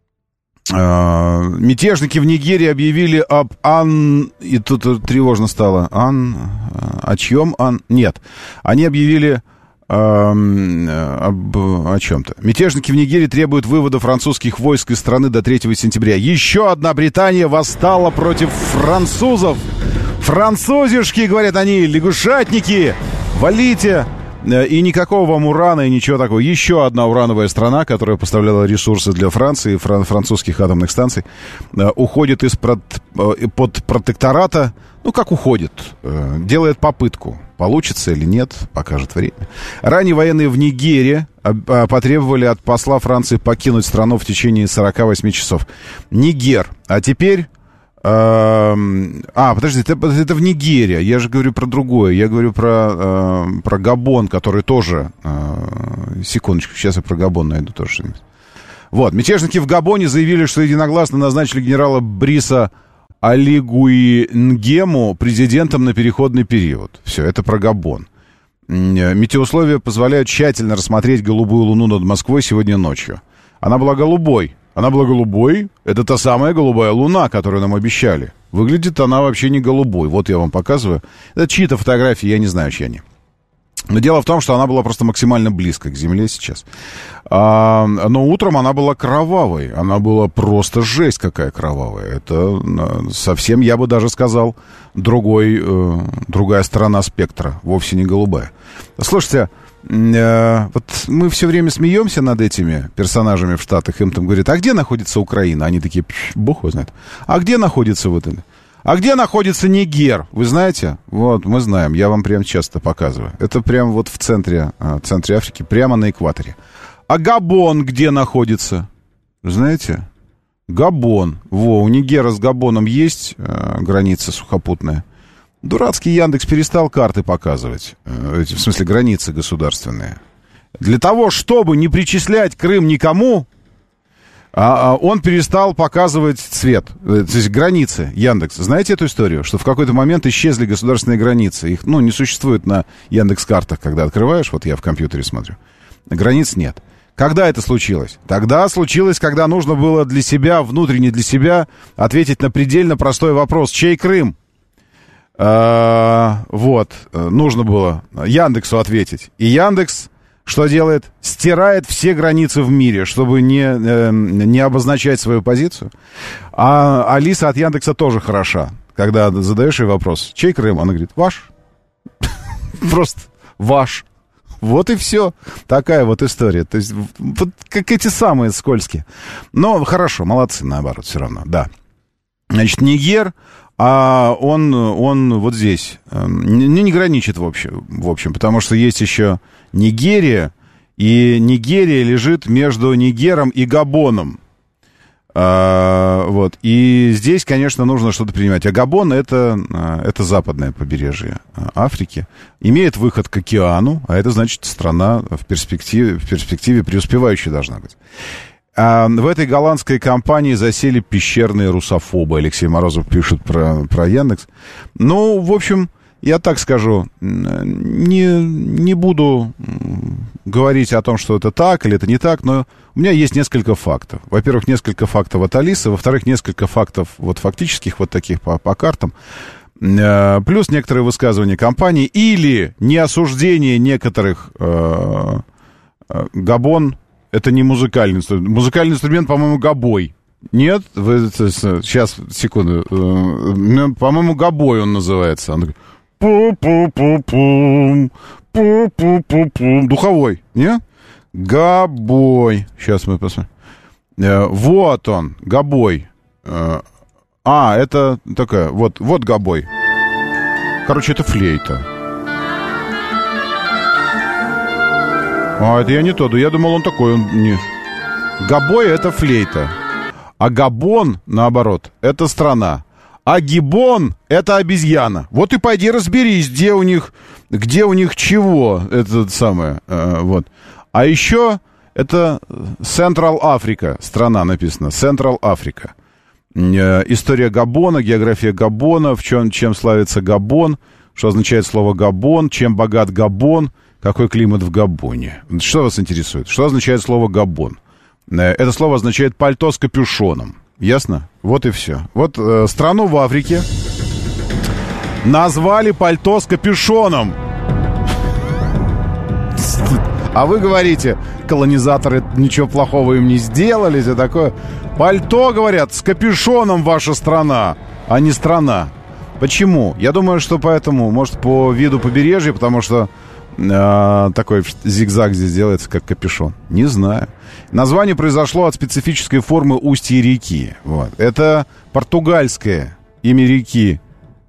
Мятежники в Нигерии объявили об ан... И тут тревожно стало. Ан... О чьем ан... Нет. Они объявили об... о чем-то. Мятежники в Нигерии требуют вывода французских войск из страны до третьего сентября. Еще одна Британия восстала против французов. Французишки, говорят они, лягушатники, валите... И никакого вам урана и ничего такого. Еще одна урановая страна, которая поставляла ресурсы для Франции, фран- французских атомных станций, э, уходит из-под э, под протектората. Ну, как уходит? Э, делает попытку. Получится или нет, покажет время. Ранее военные в Нигерии э, потребовали от посла Франции покинуть страну в течение сорок восемь часов. Нигер. А теперь... А, подожди, это, это в Нигерии. Я же говорю про другое. Я говорю про, э, про Габон, который тоже... Э, секундочку, сейчас я про Габон найду тоже что-нибудь. Вот, мятежники в Габоне заявили, что единогласно назначили генерала Бриса Олигуи Нгему президентом на переходный период. Все, это про Габон. Метеоусловия позволяют тщательно рассмотреть голубую луну над Москвой сегодня ночью. Она была голубой. Она была голубой. Это та самая голубая луна, которую нам обещали. Выглядит она вообще не голубой. Вот я вам показываю. Это чьи-то фотографии, я не знаю, чьи они. Но дело в том, что она была просто максимально близко к Земле сейчас. А, но утром она была кровавой. Она была просто жесть какая кровавая. Это совсем, я бы даже сказал, другой, э, другая сторона спектра. Вовсе не голубая. Слушайте... Вот мы все время смеемся над этими персонажами в Штатах. Им там говорят, а где находится Украина? Они такие, бог его знает. А где находится вот это? А где находится Нигер? Вы знаете? Вот, мы знаем. Я вам прям часто показываю. Это прям вот в центре, в центре Африки, прямо на экваторе. А Габон где находится? Знаете? Габон. Во, у Нигера с Габоном есть э, граница сухопутная. Дурацкий Яндекс перестал карты показывать, в смысле границы государственные. Для того, чтобы не причислять Крым никому, он перестал показывать цвет, то есть границы Яндекс. Знаете эту историю? Что в какой-то момент исчезли государственные границы. Их, ну, не существует на Яндекс.Картах, когда открываешь, вот я в компьютере смотрю. Границ нет. Когда это случилось? Тогда случилось, когда нужно было для себя, внутренне для себя, ответить на предельно простой вопрос. Чей Крым? А, вот, нужно было Яндексу ответить. И Яндекс что делает? Стирает все границы в мире, чтобы не, э, не обозначать свою позицию. А Алиса от Яндекса тоже хороша. Когда задаешь ей вопрос, чей Крым? Она говорит, ваш. Просто ваш. Вот и все. Такая вот история. То есть, вот как эти самые скользкие. Но хорошо, молодцы, наоборот, все равно, да. Значит, Нигер... А он, он вот здесь не, не граничит в общем, в общем, потому что есть еще Нигерия, и Нигерия лежит между Нигером и Габоном. А, вот. И здесь, конечно, нужно что-то принимать. А Габон это, это западное побережье Африки. Имеет выход к океану, а это значит, страна в перспективе, в перспективе преуспевающая должна быть. А в этой голландской компании засели пещерные русофобы. Алексей Морозов пишет про, про Яндекс. Ну, в общем, я так скажу, не, не буду говорить о том, что это так или это не так, но у меня есть несколько фактов. Во-первых, несколько фактов от Алисы, во-вторых, несколько фактов вот фактических, вот таких по, по картам, плюс некоторые высказывания компании или неосуждение некоторых. Э, Габон — это не музыкальный инструмент. Музыкальный инструмент, по-моему, гобой. Нет? Вы, сейчас, секунду. По-моему, гобой он называется. Он такой... Пу-пу-пу-пум, пу-пу-пу-пум. Духовой, нет? Гобой. Сейчас мы посмотрим. Вот он, гобой. А, это такая, вот, вот гобой. Короче, это флейта. А, это я не то, я думал, он такой, он не... Гобой — это флейта. А Габон, наоборот, это страна. А Гибон — это обезьяна. Вот и пойди разберись, где у них, где у них чего, это самое, э, вот. А еще это Central Africa, страна написано, Central Africa. Э, история Габона, география Габона, в чем, чем славится Габон, что означает слово Габон, чем богат Габон, какой климат в Габоне. Что вас интересует? Что означает слово Габон? Э, это слово означает пальто с капюшоном. Ясно? Вот и все. Вот э, страну в Африке назвали пальто с капюшоном. А вы говорите, колонизаторы ничего плохого им не сделали, все такое. Пальто, говорят, с капюшоном ваша страна, а не страна. Почему? Я думаю, что поэтому, может, по виду побережья, потому что э, такой зигзаг здесь делается, как капюшон. Не знаю. Название произошло от специфической формы устья реки. Вот. Это португальское имя реки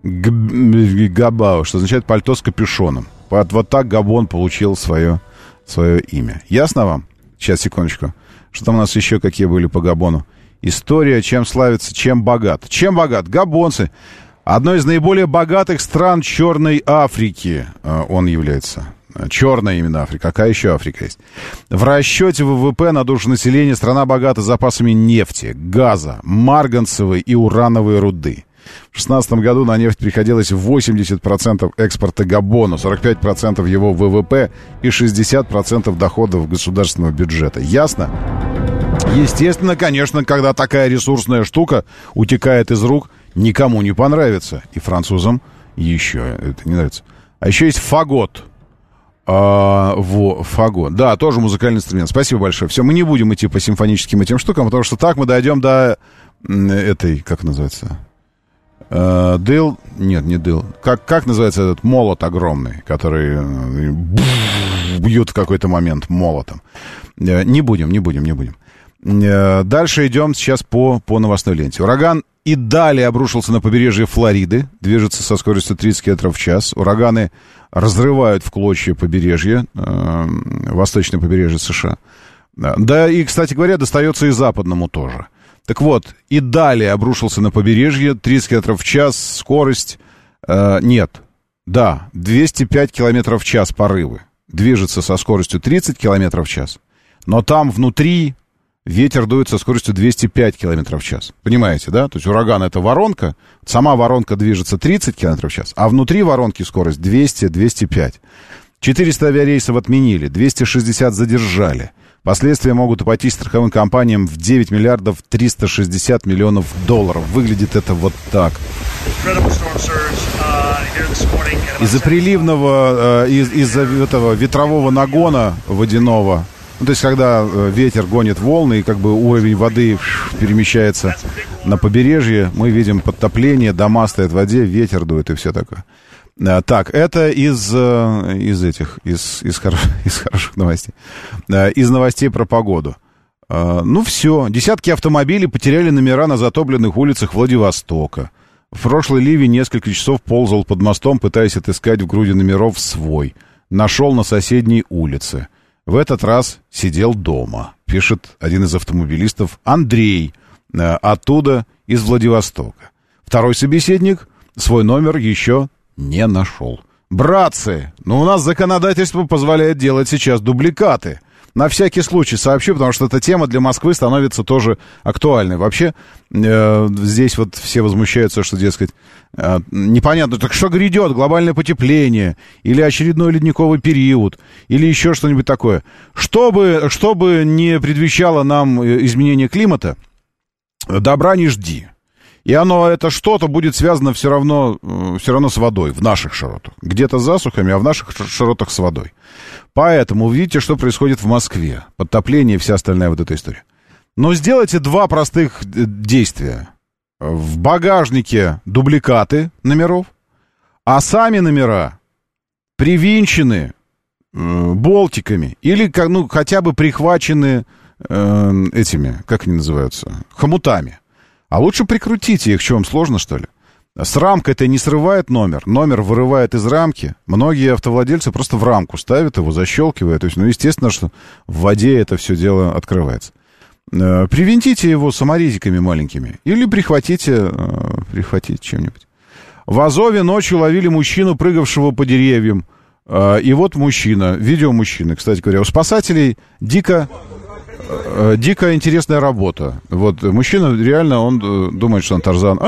Габау, что означает пальто с капюшоном. Вот, вот так Габон получил свое, свое имя. Ясно вам? Сейчас, секундочку. Что там у нас еще какие были по Габону? История, чем славится, чем богат. Чем богат? Габонцы. Одной из наиболее богатых стран Черной Африки он является. Черная именно Африка. Какая еще Африка есть? В расчете ВВП на душу населения страна богата запасами нефти, газа, марганцевой и урановой руды. В шестнадцатом году на нефть приходилось восемьдесят процентов экспорта Габона, сорок пять процентов его ВВП и шестьдесят процентов доходов государственного бюджета. Ясно? Естественно, конечно, когда такая ресурсная штука утекает из рук, никому не понравится. И французам еще это не нравится. А еще есть фагот. А, во, фагот. Да, тоже музыкальный инструмент. Спасибо большое. Все, мы не будем идти по симфоническим этим штукам, потому что так мы дойдем до этой, как называется? А, дыл? Нет, не дыл. Как, как называется этот молот огромный, который бьют в какой-то момент молотом? Не будем, не будем, не будем. Дальше идем сейчас по, по новостной ленте. Ураган Идали обрушился на побережье Флориды, движется со скоростью тридцать километров в час. Ураганы разрывают в клочья побережье, э, восточное побережье США. Да, и, кстати говоря, достается и западному тоже. Так вот, Идали обрушился на побережье, тридцать километров в час, скорость... Э, нет, да, двести пять километров в час порывы. Движется со скоростью тридцать километров в час. Но там внутри... Ветер дует со скоростью двести пять километров в час. Понимаете, да? То есть ураган — это воронка. Сама воронка движется тридцать километров в час, а внутри воронки скорость двести - двести пять. четыреста авиарейсов отменили, двести шестьдесят задержали. Последствия могут обойтись страховым компаниям в девять миллиардов триста шестьдесят миллионов долларов. Выглядит это вот так. Из-за приливного, из- из-за этого ветрового нагона водяного, ну, то есть, когда э, ветер гонит волны, и как бы уровень воды перемещается на побережье, мы видим подтопление, дома стоят в воде, ветер дует и все такое. А, так, это из, э, из этих, из, из, хор- из хороших новостей. А, из новостей про погоду. А, ну, все. Десятки автомобилей потеряли номера на затопленных улицах Владивостока. В прошлый ливень несколько часов ползал под мостом, пытаясь отыскать в груди номеров свой. Нашел на соседней улице. В этот раз сидел дома, пишет один из автомобилистов Андрей, э, оттуда, из Владивостока. Второй собеседник свой номер еще не нашел. Братцы, ну у нас законодательство позволяет делать сейчас дубликаты. на всякий случай сообщу, потому что эта тема для Москвы становится тоже актуальной. Вообще, э, здесь вот все возмущаются, что, дескать, э, непонятно, так что грядет, глобальное потепление, или очередной ледниковый период, или еще что-нибудь такое. Чтобы, чтобы не предвещало нам изменение климата, добра не жди. И оно, это что-то будет связано все равно, все равно с водой в наших широтах. Где-то с засухами, а в наших широтах с водой. Поэтому видите, что происходит в Москве. Подтопление и вся остальная вот эта история. Но сделайте два простых действия. В багажнике дубликаты номеров, а сами номера привинчены э, болтиками или ну, хотя бы прихвачены э, этими, как они называются, хомутами. А лучше прикрутите их, что вам сложно, что ли? С рамкой-то не срывает номер, номер вырывает из рамки. Многие автовладельцы просто в рамку ставят его, защелкивают. То есть, ну, естественно, что в воде это все дело открывается. Привинтите его саморезиками маленькими или прихватите, прихватите чем-нибудь. В Азове ночью ловили мужчину, прыгавшего по деревьям. И вот мужчина, видео мужчины, кстати говоря, у спасателей дико... Дико интересная работа. Вот мужчина реально, он думает, что он Тарзан.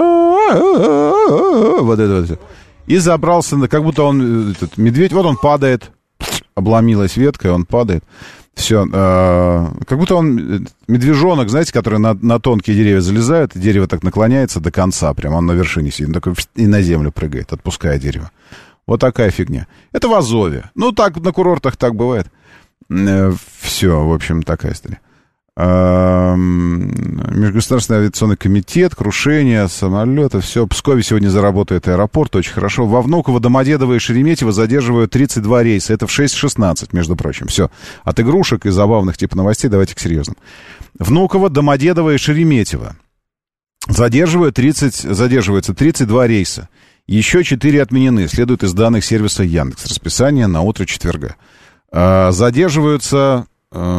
Вот это вот. И забрался, как будто он этот медведь. Вот он падает. Обломилась ветка, он падает. Все. Как будто он медвежонок, знаете, который на, на тонкие деревья залезает, и дерево так наклоняется до конца. Прям он на вершине сидит. Он такой и на землю прыгает, отпуская дерево. Вот такая фигня. Это в Азове. Ну, так на курортах так бывает. Все, в общем, такая история. Межгосударственный авиационный комитет, крушение самолета, все. В Пскове сегодня заработает аэропорт, очень хорошо. Во Внуково, Домодедово и Шереметьево задерживают тридцать два рейса. Это в шесть шестнадцать, между прочим. Все. От игрушек и забавных типа новостей давайте к серьезным. Внуково, Домодедово и Шереметьево задерживают тридцать, задерживаются тридцать два рейса. Еще четыре отменены, следует из данных сервиса Яндекс. Расписание на утро четверга. Задерживаются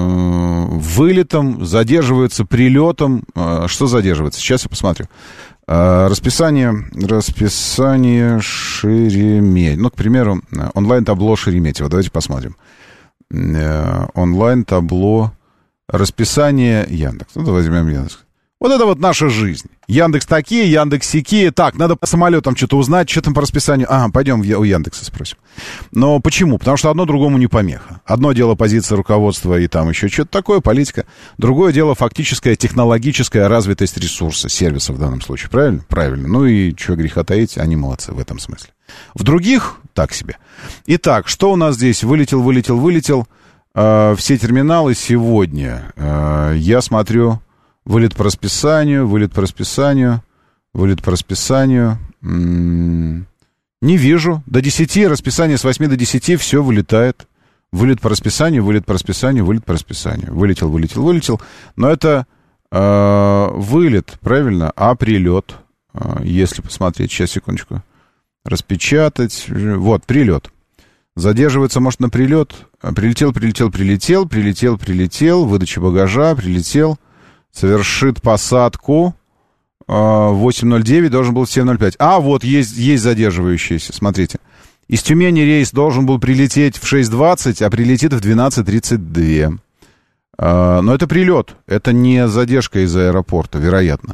вылетом, задерживаются прилетом. Что задерживается? Сейчас я посмотрю. Расписание, расписание Шереметьево. Ну, к примеру, онлайн-табло Шереметьево. Давайте посмотрим. Онлайн-табло, расписание Яндекс. Ну, давайте возьмем Яндекс. Вот это вот наша жизнь. Яндекс такие, Яндекс сякие. Так, надо по самолетам что-то узнать, что там по расписанию. Ага, пойдем у Яндекса спросим. Но почему? Потому что одно другому не помеха. Одно дело позиция руководства и там еще что-то такое, политика. Другое дело фактическая технологическая развитость ресурса, сервиса в данном случае. Правильно? Правильно. Ну и что греха таить, они молодцы в этом смысле. В других так себе. Итак, что у нас здесь? Вылетел, вылетел, вылетел. Э, все терминалы сегодня. Э, я смотрю... Вылет по расписанию, вылет по расписанию, вылет по расписанию. М-м- не вижу. До десяти, расписание с восьми до десяти, все вылетает. Вылет по расписанию, вылет по расписанию, вылет по расписанию. Вылетел, вылетел, вылетел. Но это э- вылет, правильно? А прилет, э- если посмотреть, сейчас, секундочку. Распечатать. Вот, прилет. Задерживается, может, на прилет. Прилетел, прилетел, прилетел, прилетел, прилетел. Выдача багажа, прилетел. Совершит посадку восемь ноль девять, должен был в семь ноль пять. А, вот, есть, есть задерживающиеся, смотрите. Из Тюмени рейс должен был прилететь в шесть двадцать, а прилетит в двенадцать тридцать два. Но это прилет, это не задержка из аэропорта, вероятно.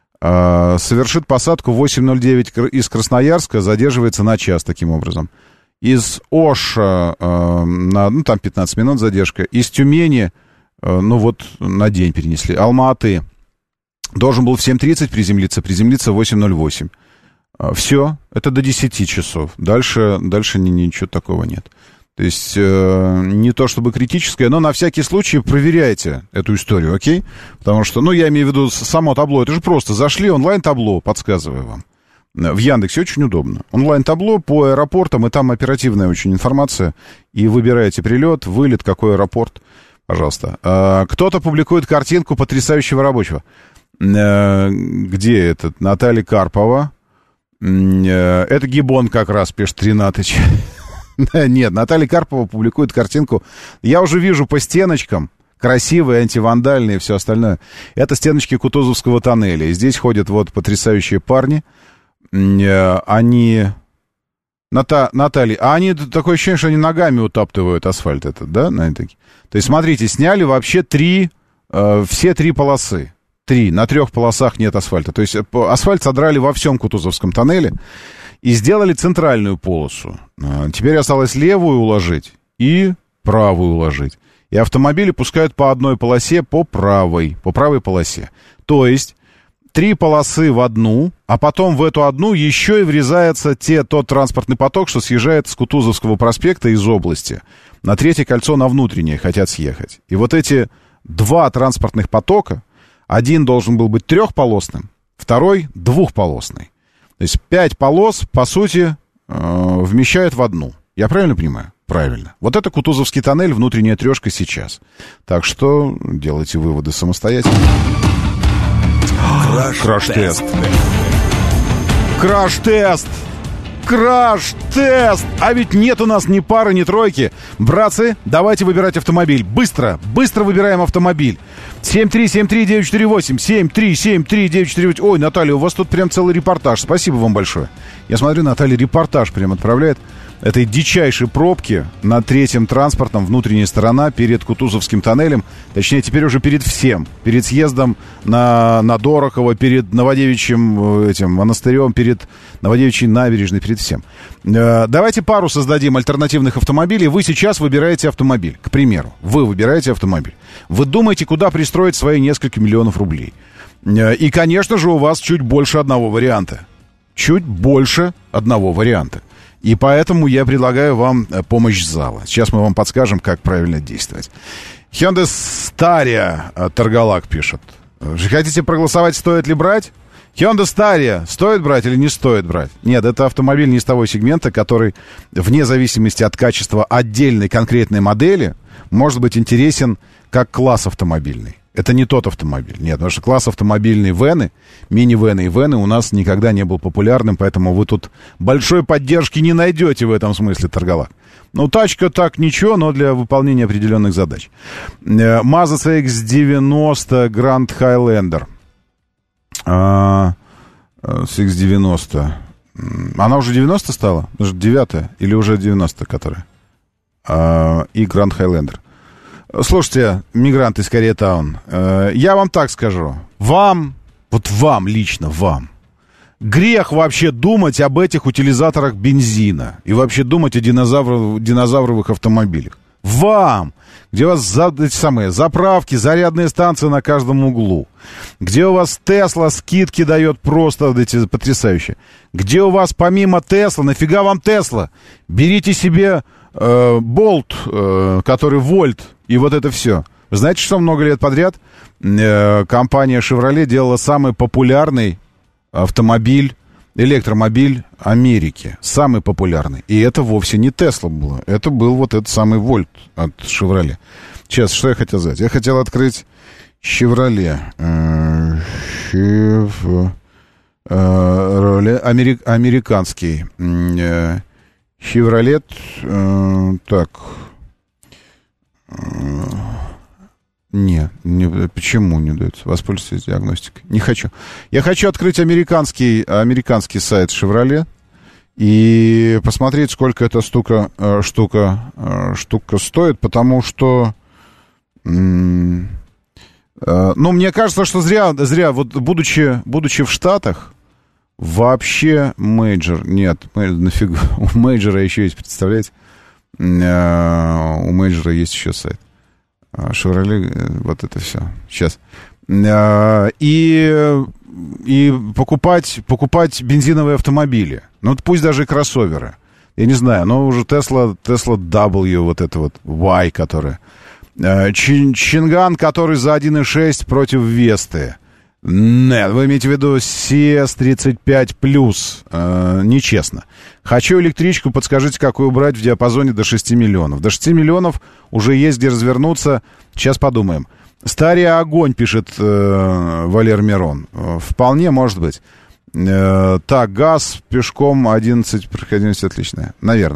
Совершит посадку восемь ноль девять из Красноярска, задерживается на час таким образом. Из Оша, на, ну, там пятнадцать минут задержка. Из Тюмени... Ну вот, на день перенесли. Алма-Аты должен был в семь тридцать приземлиться, приземлиться в восемь ноль восемь. Все, это до десяти часов. Дальше, дальше ничего такого нет. То есть, э, не то чтобы критическое, но на всякий случай проверяйте эту историю, окей? Потому что, ну, я имею в виду само табло. Это же просто зашли, онлайн-табло, подсказываю вам. В Яндексе очень удобно. Онлайн-табло по аэропортам, и там оперативная очень информация. И выбираете прилет, вылет, какой аэропорт. Пожалуйста. Кто-то публикует картинку потрясающего рабочего. Где этот? Наталья Карпова. Это Гибон как раз, пишет Ринатыч. Нет, Наталья Карпова публикует картинку. Я уже вижу по стеночкам. Красивые, антивандальные и все остальное. Это стеночки Кутузовского тоннеля. И здесь ходят вот потрясающие парни. Они... Ната, Наталья, а они, такое ощущение, что они ногами утаптывают асфальт этот, да? То есть, смотрите, сняли вообще три, э, все три полосы. Три, на трех полосах нет асфальта. То есть асфальт содрали во всем Кутузовском тоннеле и сделали центральную полосу. Теперь осталось левую уложить и правую уложить. И автомобили пускают по одной полосе по правой, по правой полосе. То есть три полосы в одну, а потом в эту одну еще и врезается те, тот транспортный поток, что съезжает с Кутузовского проспекта из области. На третье кольцо на внутреннее хотят съехать. И вот эти два транспортных потока, один должен был быть трехполосным, второй двухполосный. То есть пять полос, по сути, э, вмещают в одну. Я правильно понимаю? Правильно. Вот это Кутузовский тоннель, внутренняя трешка сейчас. Так что делайте выводы самостоятельно. Краш-тест. Краш-тест. Краш-тест! А ведь нет у нас ни пары, ни тройки. Братцы, давайте выбирать автомобиль. Быстро, быстро выбираем автомобиль. семь три семь три девять четыре восемь, семь три семь три девять четыре восемь. Ой, Наталья, у вас тут прям целый репортаж. Спасибо вам большое. Я смотрю, Наталья репортаж прям отправляет этой дичайшей пробки на третьем транспортном, внутренняя сторона, перед Кутузовским тоннелем. Точнее, теперь уже перед всем. Перед съездом на, на Дорохово, перед Новодевичьим этим монастырем, перед Новодевичьей набережной, перед всем. Э, давайте пару создадим альтернативных автомобилей. Вы сейчас выбираете автомобиль. К примеру, вы выбираете автомобиль. Вы думаете, куда пристроить свои несколько миллионов рублей. Э, и, конечно же, у вас чуть больше одного варианта. Чуть больше одного варианта. И поэтому я предлагаю вам помощь зала. Сейчас мы вам подскажем, как правильно действовать. Hyundai Staria, Торгалак пишет. Хотите проголосовать, стоит ли брать? Hyundai Staria стоит брать или не стоит брать? Нет, это автомобиль не из того сегмента, который, вне зависимости от качества отдельной конкретной модели, может быть интересен как класс автомобильный. Это не тот автомобиль. Нет, потому что класс автомобильный вены, мини-вены и вены у нас никогда не был популярным, поэтому вы тут большой поддержки не найдете в этом смысле, Торгалак. Ну, тачка так ничего, но для выполнения определенных задач. Mazda си икс девяносто Grand Highlander. А, си икс девяносто. Она уже девяносто стала? Уже девятая или уже девяносто, которая? А, и Grand Highlander. Слушайте, мигранты из Кореятаун, э, я вам так скажу. Вам, вот вам лично, вам, грех вообще думать об этих утилизаторах бензина и вообще думать о динозавров, динозавровых автомобилях. Вам, где у вас за, эти самые заправки, зарядные станции на каждом углу, где у вас Тесла скидки дает просто вот эти потрясающие, где у вас помимо Тесла, нафига вам Тесла? Берите себе э, Болт, э, который Вольт, и вот это все. Вы знаете, что много лет подряд э, компания Chevrolet делала самый популярный автомобиль, электромобиль Америки. Самый популярный. И это вовсе не Тесла было. Это был вот этот самый Вольт от Chevrolet. Сейчас, что я хотел сказать? Я хотел открыть Chevrolet. Э, Chevrolet э, Америк, американский. Э, Chevrolet. Э, так... Не, не, почему не дают? Воспользуйтесь диагностикой. Не хочу. Я хочу открыть американский, американский сайт Chevrolet и посмотреть, сколько эта штука, штука, штука стоит, потому что... М- ну, мне кажется, что зря, зря вот будучи, будучи в Штатах, вообще мейджор... Нет, нафига, у мейджора еще есть, представляете? У мейджора есть еще сайт. Chevrolet, вот это все. Сейчас. И, и покупать, покупать бензиновые автомобили. Ну, пусть даже и кроссоверы. Я не знаю, но уже Tesla, Tesla W, вот это вот Y, которая. Чинган, который за один и шесть против Весты. Нет, вы имеете в виду си эс тридцать пять плюс. Э, нечестно. Хочу электричку, подскажите, какую брать в диапазоне до шести миллионов. До шести миллионов уже есть где развернуться. Сейчас подумаем. Стария огонь, пишет э, Валер Мирон. Э, вполне может быть. Э, так, газ пешком одиннадцать, проходимость отличная. Наверное.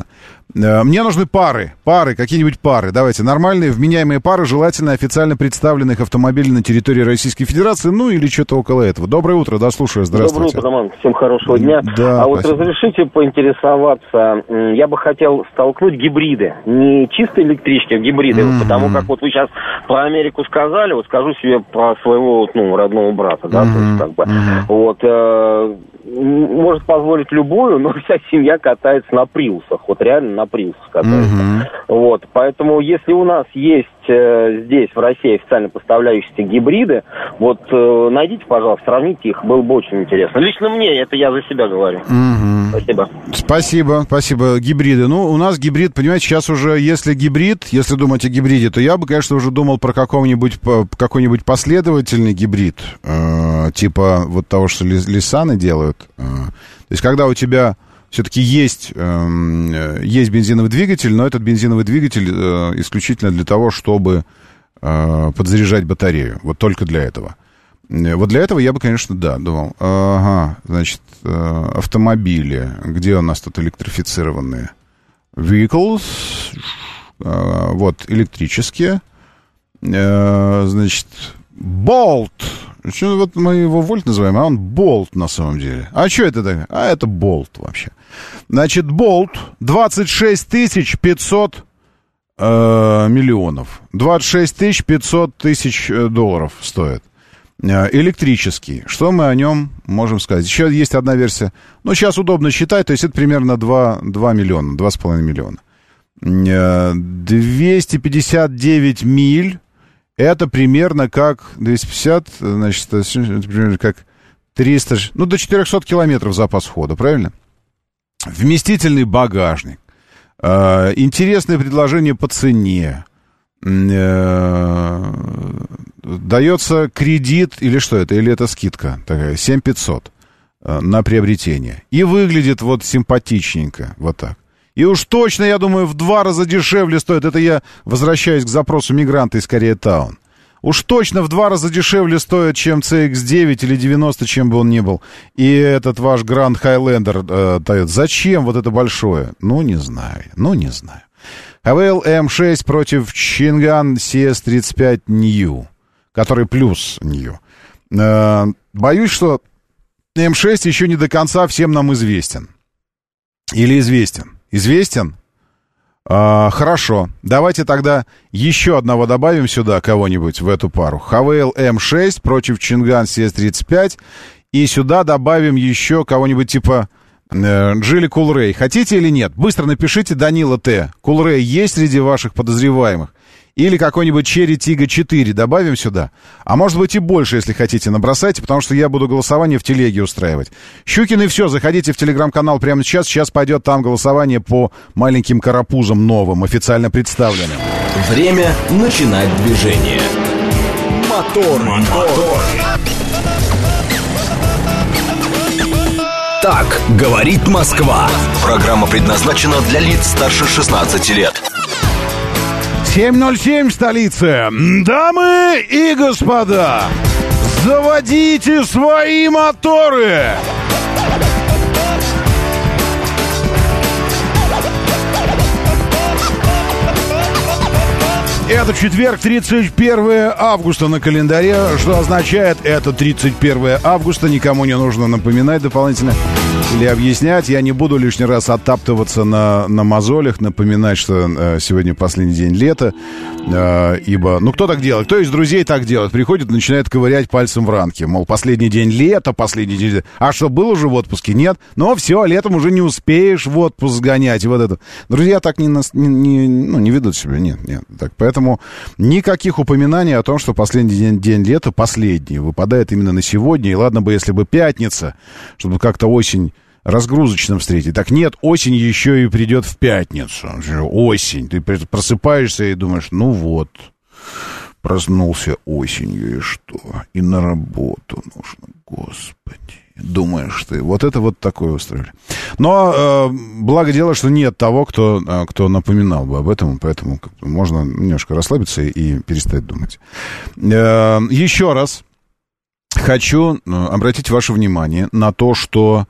Мне нужны пары, пары, какие-нибудь пары. Давайте, нормальные, вменяемые пары, желательно официально представленных автомобилей на территории Российской Федерации, ну или что-то около этого. Доброе утро, да, слушаю, здравствуйте. Доброе утро, Роман, всем хорошего дня. Да, а вот спасибо. Разрешите поинтересоваться, я бы хотел столкнуть гибриды, не чисто электрички, а гибриды, mm-hmm. потому как вот вы сейчас про Америку сказали, вот скажу себе про своего, ну, родного брата, да, mm-hmm. то есть как бы, mm-hmm. вот, э, может позволить любую, но вся семья катается на приусах, вот реально на приусах катается. Mm-hmm. Вот, поэтому если у нас есть э, здесь, в России, официально поставляющиеся гибриды, вот э, найдите, пожалуйста, сравните их, было бы очень интересно. Лично мне, это я за себя говорю. Mm-hmm. Спасибо. Спасибо, спасибо. Гибриды. Ну, у нас гибрид, понимаете, сейчас уже, если гибрид, если думать о гибриде, то я бы, конечно, уже думал про какого-нибудь, какой-нибудь последовательный гибрид, э, типа вот того, что Лисаны делают. Э, то есть, когда у тебя все-таки есть, э, есть бензиновый двигатель, но этот бензиновый двигатель э, исключительно для того, чтобы э, подзаряжать батарею. Вот только для этого. Вот для этого я бы, конечно, да, думал. Ага, значит, автомобили. Где у нас тут электрифицированные? Vehicles. Вот, электрические. Значит, Bolt. Что, вот мы его Volt называем, а он Bolt на самом деле. А что это такое? А это Bolt вообще. Значит, Bolt двадцать шесть тысяч пятьсот э, миллионов. двадцать шесть тысяч пятьсот тысяч долларов стоит. Электрический. Что мы о нем можем сказать? Еще есть одна версия. Ну, сейчас удобно считать, то есть это примерно два, два миллиона, два с половиной миллиона. двести пятьдесят девять миль. Это примерно как двести пятьдесят, значит, примерно как триста, ну, до четырехсот километров запас хода, правильно? Вместительный багажник. Интересное предложение по цене. Дается кредит, или что это, или это скидка такая, семь тысяч пятьсот на приобретение. И выглядит вот симпатичненько, вот так. И уж точно, я думаю, в два раза дешевле стоит. Это я возвращаюсь к запросу мигранта из Кореятаун. Уж точно в два раза дешевле стоит, чем си икс девять или девяносто, чем бы он ни был. И этот ваш Grand Highlander э, дает. Зачем вот это большое? Ну, не знаю, ну, не знаю. ХВЛ эм шесть против Чинган си эс тридцать пять New, который плюс New. Э, боюсь, что эм шесть еще не до конца всем нам известен. Или известен? Известен? Э, хорошо. Давайте тогда еще одного добавим сюда, кого-нибудь в эту пару. ХВЛ эм шесть против Чинган си эс тридцать пять. И сюда добавим еще кого-нибудь типа... Джили Кулрей. Хотите или нет? Быстро напишите Данила Т. Кулрей есть среди ваших подозреваемых? Или какой-нибудь Черри Тига четыре добавим сюда? А может быть и больше, если хотите, набросайте, потому что я буду голосование в телеге устраивать. Щукин и все, заходите в телеграм-канал прямо сейчас. Сейчас пойдет там голосование по маленьким карапузам новым, официально представленным. Время начинать движение. Мотор, мотор. Так говорит Москва. Программа предназначена для лиц старше шестнадцати лет. семь ноль семь в столице. Дамы и господа, заводите свои моторы. Это четверг, тридцать первое августа на календаре. Что означает это тридцать первое августа? Никому не нужно напоминать дополнительно или объяснять. Я не буду лишний раз оттаптываться на, на мозолях, напоминать, что э, сегодня последний день лета. Э, ибо, ну, кто так делает? Кто из друзей так делает? Приходит, начинает ковырять пальцем в ранке. Мол, последний день лета, последний день лета. А что, был уже в отпуске? Нет. Но все, летом уже не успеешь в отпуск сгонять. И вот это. Друзья так не, не, не, ну, не ведут себя. Нет, нет. Так, поэтому никаких упоминаний о том, что последний день, день лета, последний, выпадает именно на сегодня. И ладно бы, если бы пятница, чтобы как-то осень разгрузочно встретить. Так нет, осень еще и придет в пятницу. Осень. Ты просыпаешься и думаешь, ну вот, проснулся осенью, и что? И на работу нужно, господи. Думаешь ты. Вот это вот такое устроили. Но э, благо дело, что нет того, кто, кто напоминал бы об этом, поэтому можно немножко расслабиться и перестать думать. Э, еще раз хочу обратить ваше внимание на то, что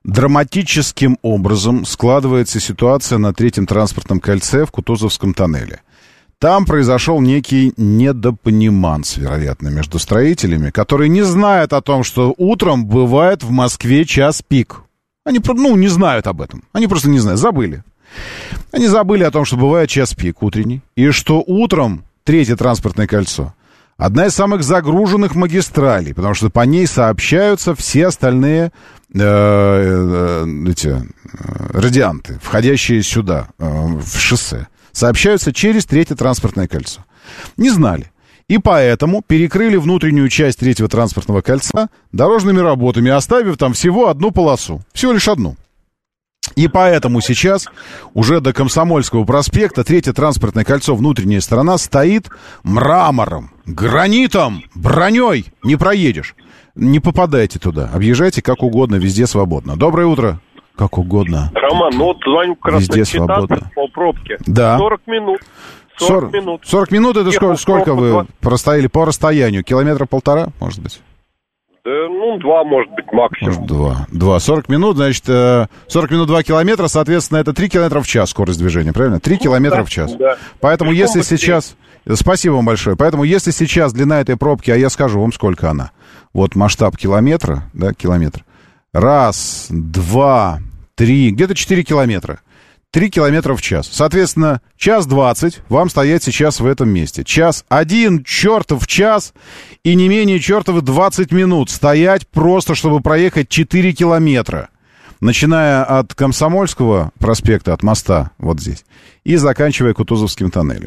Драматическим образом складывается ситуация на третьем транспортном кольце в Кутузовском тоннеле. Там произошел некий недопониманс, вероятно, между строителями, которые не знают о том, что утром бывает в Москве час пик. Они, ну, не знают об этом. Они просто не знают, забыли. Они забыли о том, что бывает час пик утренний, и что утром третье транспортное кольцо — одна из самых загруженных магистралей, потому что по ней сообщаются все остальные э, э, эти, э, радианты, входящие сюда, э, в шоссе. Сообщаются через третье транспортное кольцо. Не знали. И поэтому перекрыли внутреннюю часть третьего транспортного кольца дорожными работами, оставив там всего одну полосу. Всего лишь одну. И поэтому сейчас уже до Комсомольского проспекта третье транспортное кольцо, внутренняя сторона, стоит мрамором, гранитом, броней. Не проедешь. Не попадайте туда. Объезжайте как угодно, везде свободно. Доброе утро. Как угодно. Роман, ну вот звоню как раз на свободно. По пробке. Да. сорок минут. сорок минут. сорок минут это сколько, сколько вы два. простояли по расстоянию? Километра полтора, может быть? Да, ну, два, может быть, максимум. Может, два. Два. сорок минут, значит, сорок минут, два километра, соответственно, это три километра в час скорость движения, правильно? три километра да, в час. Да. Поэтому Пешком если быстрее. сейчас... Спасибо вам большое. Поэтому если сейчас длина этой пробки, а я скажу вам, сколько она. Вот масштаб километра, да, километр. Раз, два, три, где-то четыре километра. Три километра в час. Соответственно, час двадцать вам стоять сейчас в этом месте. Час один, чертов час, и не менее чертовы двадцать минут стоять просто, чтобы проехать четыре километра. Начиная от Комсомольского проспекта, от моста, вот здесь, и заканчивая Кутузовским тоннелем.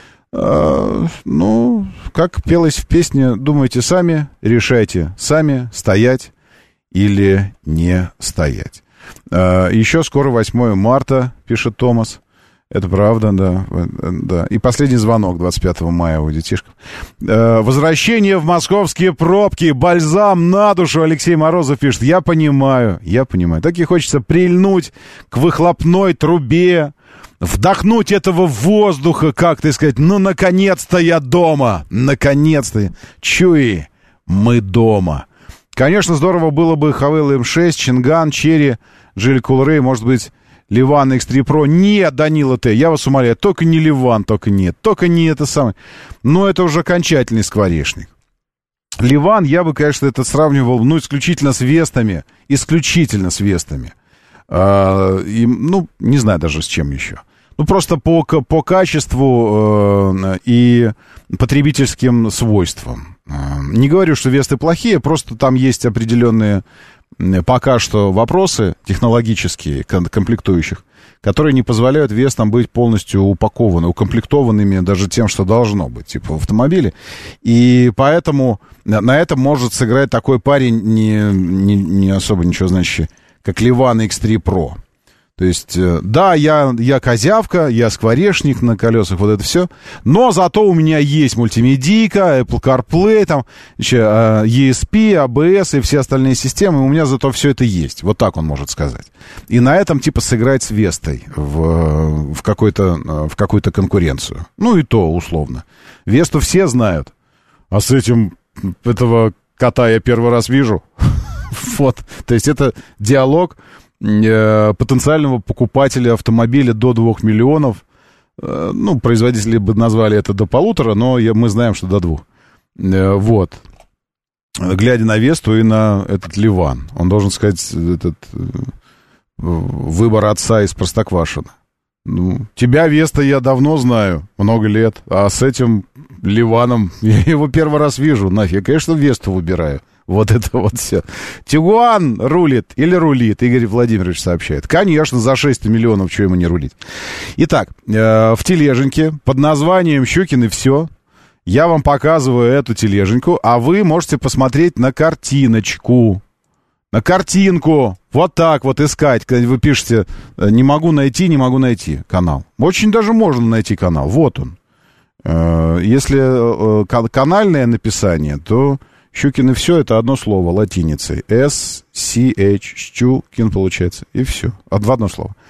А, ну, как пелось в песне, думайте сами, решайте сами, стоять или не стоять. Еще скоро восьмое марта, пишет Томас. Это правда, да, да. И последний звонок двадцать пятого мая у детишков. Возвращение в московские пробки. Бальзам на душу, Алексей Морозов пишет. Я понимаю, я понимаю. Так и хочется прильнуть к выхлопной трубе, вдохнуть этого воздуха, как ты сказать, ну, наконец-то я дома. Наконец-то. Чуи, мы дома. Конечно, здорово было бы Хавейл эм шесть, Чинган, Черри, Джиль Кулрей, может быть, Ливан икс три Pro. Нет, Данила Т, я вас умоляю, только не Ливан, только нет, только не это самое. Но это уже окончательный скворечник. Ливан, я бы, конечно, это сравнивал, ну, исключительно с Вестами, исключительно с Вестами. А, и, ну, не знаю даже с чем еще. Ну, просто по, по качеству э, и потребительским свойствам. Не говорю, что Весты плохие, просто там есть определенные пока что вопросы технологические, комплектующих, которые не позволяют Вестам быть полностью упакованы, укомплектованными даже тем, что должно быть, типа в автомобиле. И поэтому на этом может сыграть такой парень, не, не, не особо ничего значащий, как Ливан икс три Pro. То есть, да, я, я козявка, я скворечник на колесах, вот это все. Но зато у меня есть мультимедийка, Apple CarPlay, там, еще, и эс пи, эй би эс и все остальные системы. У меня зато все это есть. Вот так он может сказать. И на этом, типа, сыграть с Вестой в, в, какой-то, в какую-то конкуренцию. Ну, и то, условно. Весту все знают. А с этим этого кота я первый раз вижу. Вот. То есть, это диалог потенциального покупателя автомобиля до двух миллионов. Ну, производители бы назвали это до полутора, но я, мы знаем, что до двух. Вот. Глядя на Весту и на этот Ливан. Он должен сказать, этот выбор отца из Простоквашино. Ну, тебя, Веста, я давно знаю, много лет. А с этим Ливаном я его первый раз вижу. Нафиг, конечно, Весту выбираю. Вот это вот все. Тигуан рулит или рулит, Игорь Владимирович сообщает. Конечно, за шесть миллионов, что ему не рулить. Итак, э, в тележеньке под названием «Щукин и все» я вам показываю эту тележеньку, а вы можете посмотреть на картиночку. На картинку. Вот так вот искать, когда вы пишете «не могу найти, не могу найти» канал. Очень даже можно найти канал. Вот он. Э, если э, канальное написание, то... Щукин и все, это одно слово, латиницей. эс си эйч, Щукин получается. И все. В одно слово.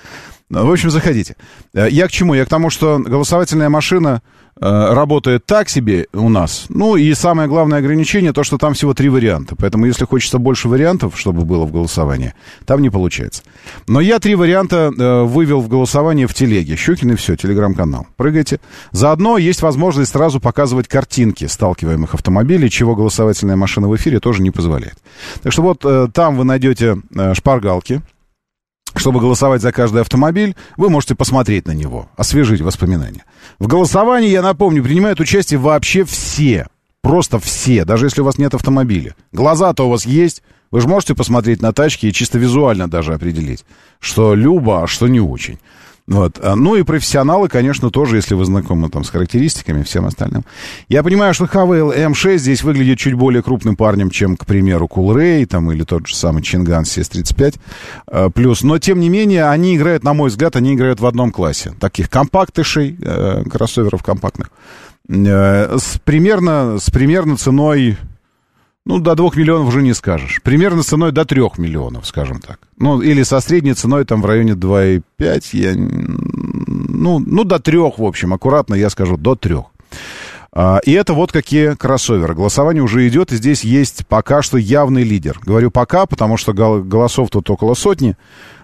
В общем, заходите. Я к чему? Я к тому, что голосовательная машина э, работает так себе у нас. Ну, и самое главное ограничение, то, что там всего три варианта. Поэтому, если хочется больше вариантов, чтобы было в голосовании, там не получается. Но я три варианта э, вывел в голосование в телеге. Щукин и все, телеграм-канал. Прыгайте. Заодно есть возможность сразу показывать картинки сталкиваемых автомобилей, чего голосовательная машина в эфире тоже не позволяет. Так что вот э, там вы найдете э, шпаргалки. Чтобы голосовать за каждый автомобиль, вы можете посмотреть на него, освежить воспоминания. В голосовании, я напомню, принимают участие вообще все. Просто все, даже если у вас нет автомобиля. Глаза-то у вас есть. Вы же можете посмотреть на тачки и чисто визуально даже определить, что любо, а что не очень. Вот. Ну и профессионалы, конечно, тоже, если вы знакомы там с характеристиками и всем остальным. Я понимаю, что ха вэ эл эм шесть здесь выглядит чуть более крупным парнем, чем, к примеру, Coolray там, или тот же самый Чинган си эс тридцать пять плюс. Но, тем не менее, они играют, на мой взгляд, они играют в одном классе. Таких компактышей, э, кроссоверов компактных, э, с, примерно, с примерно ценой... Ну, до двух миллионов уже не скажешь. Примерно ценой до трех миллионов, скажем так. Ну, или со средней ценой там в районе два и пять. Я... Ну, ну, до трех, в общем, аккуратно я скажу, до трех. А, и это вот какие кроссоверы. Голосование уже идет, и здесь есть пока что явный лидер. Говорю пока, потому что голосов тут около сотни.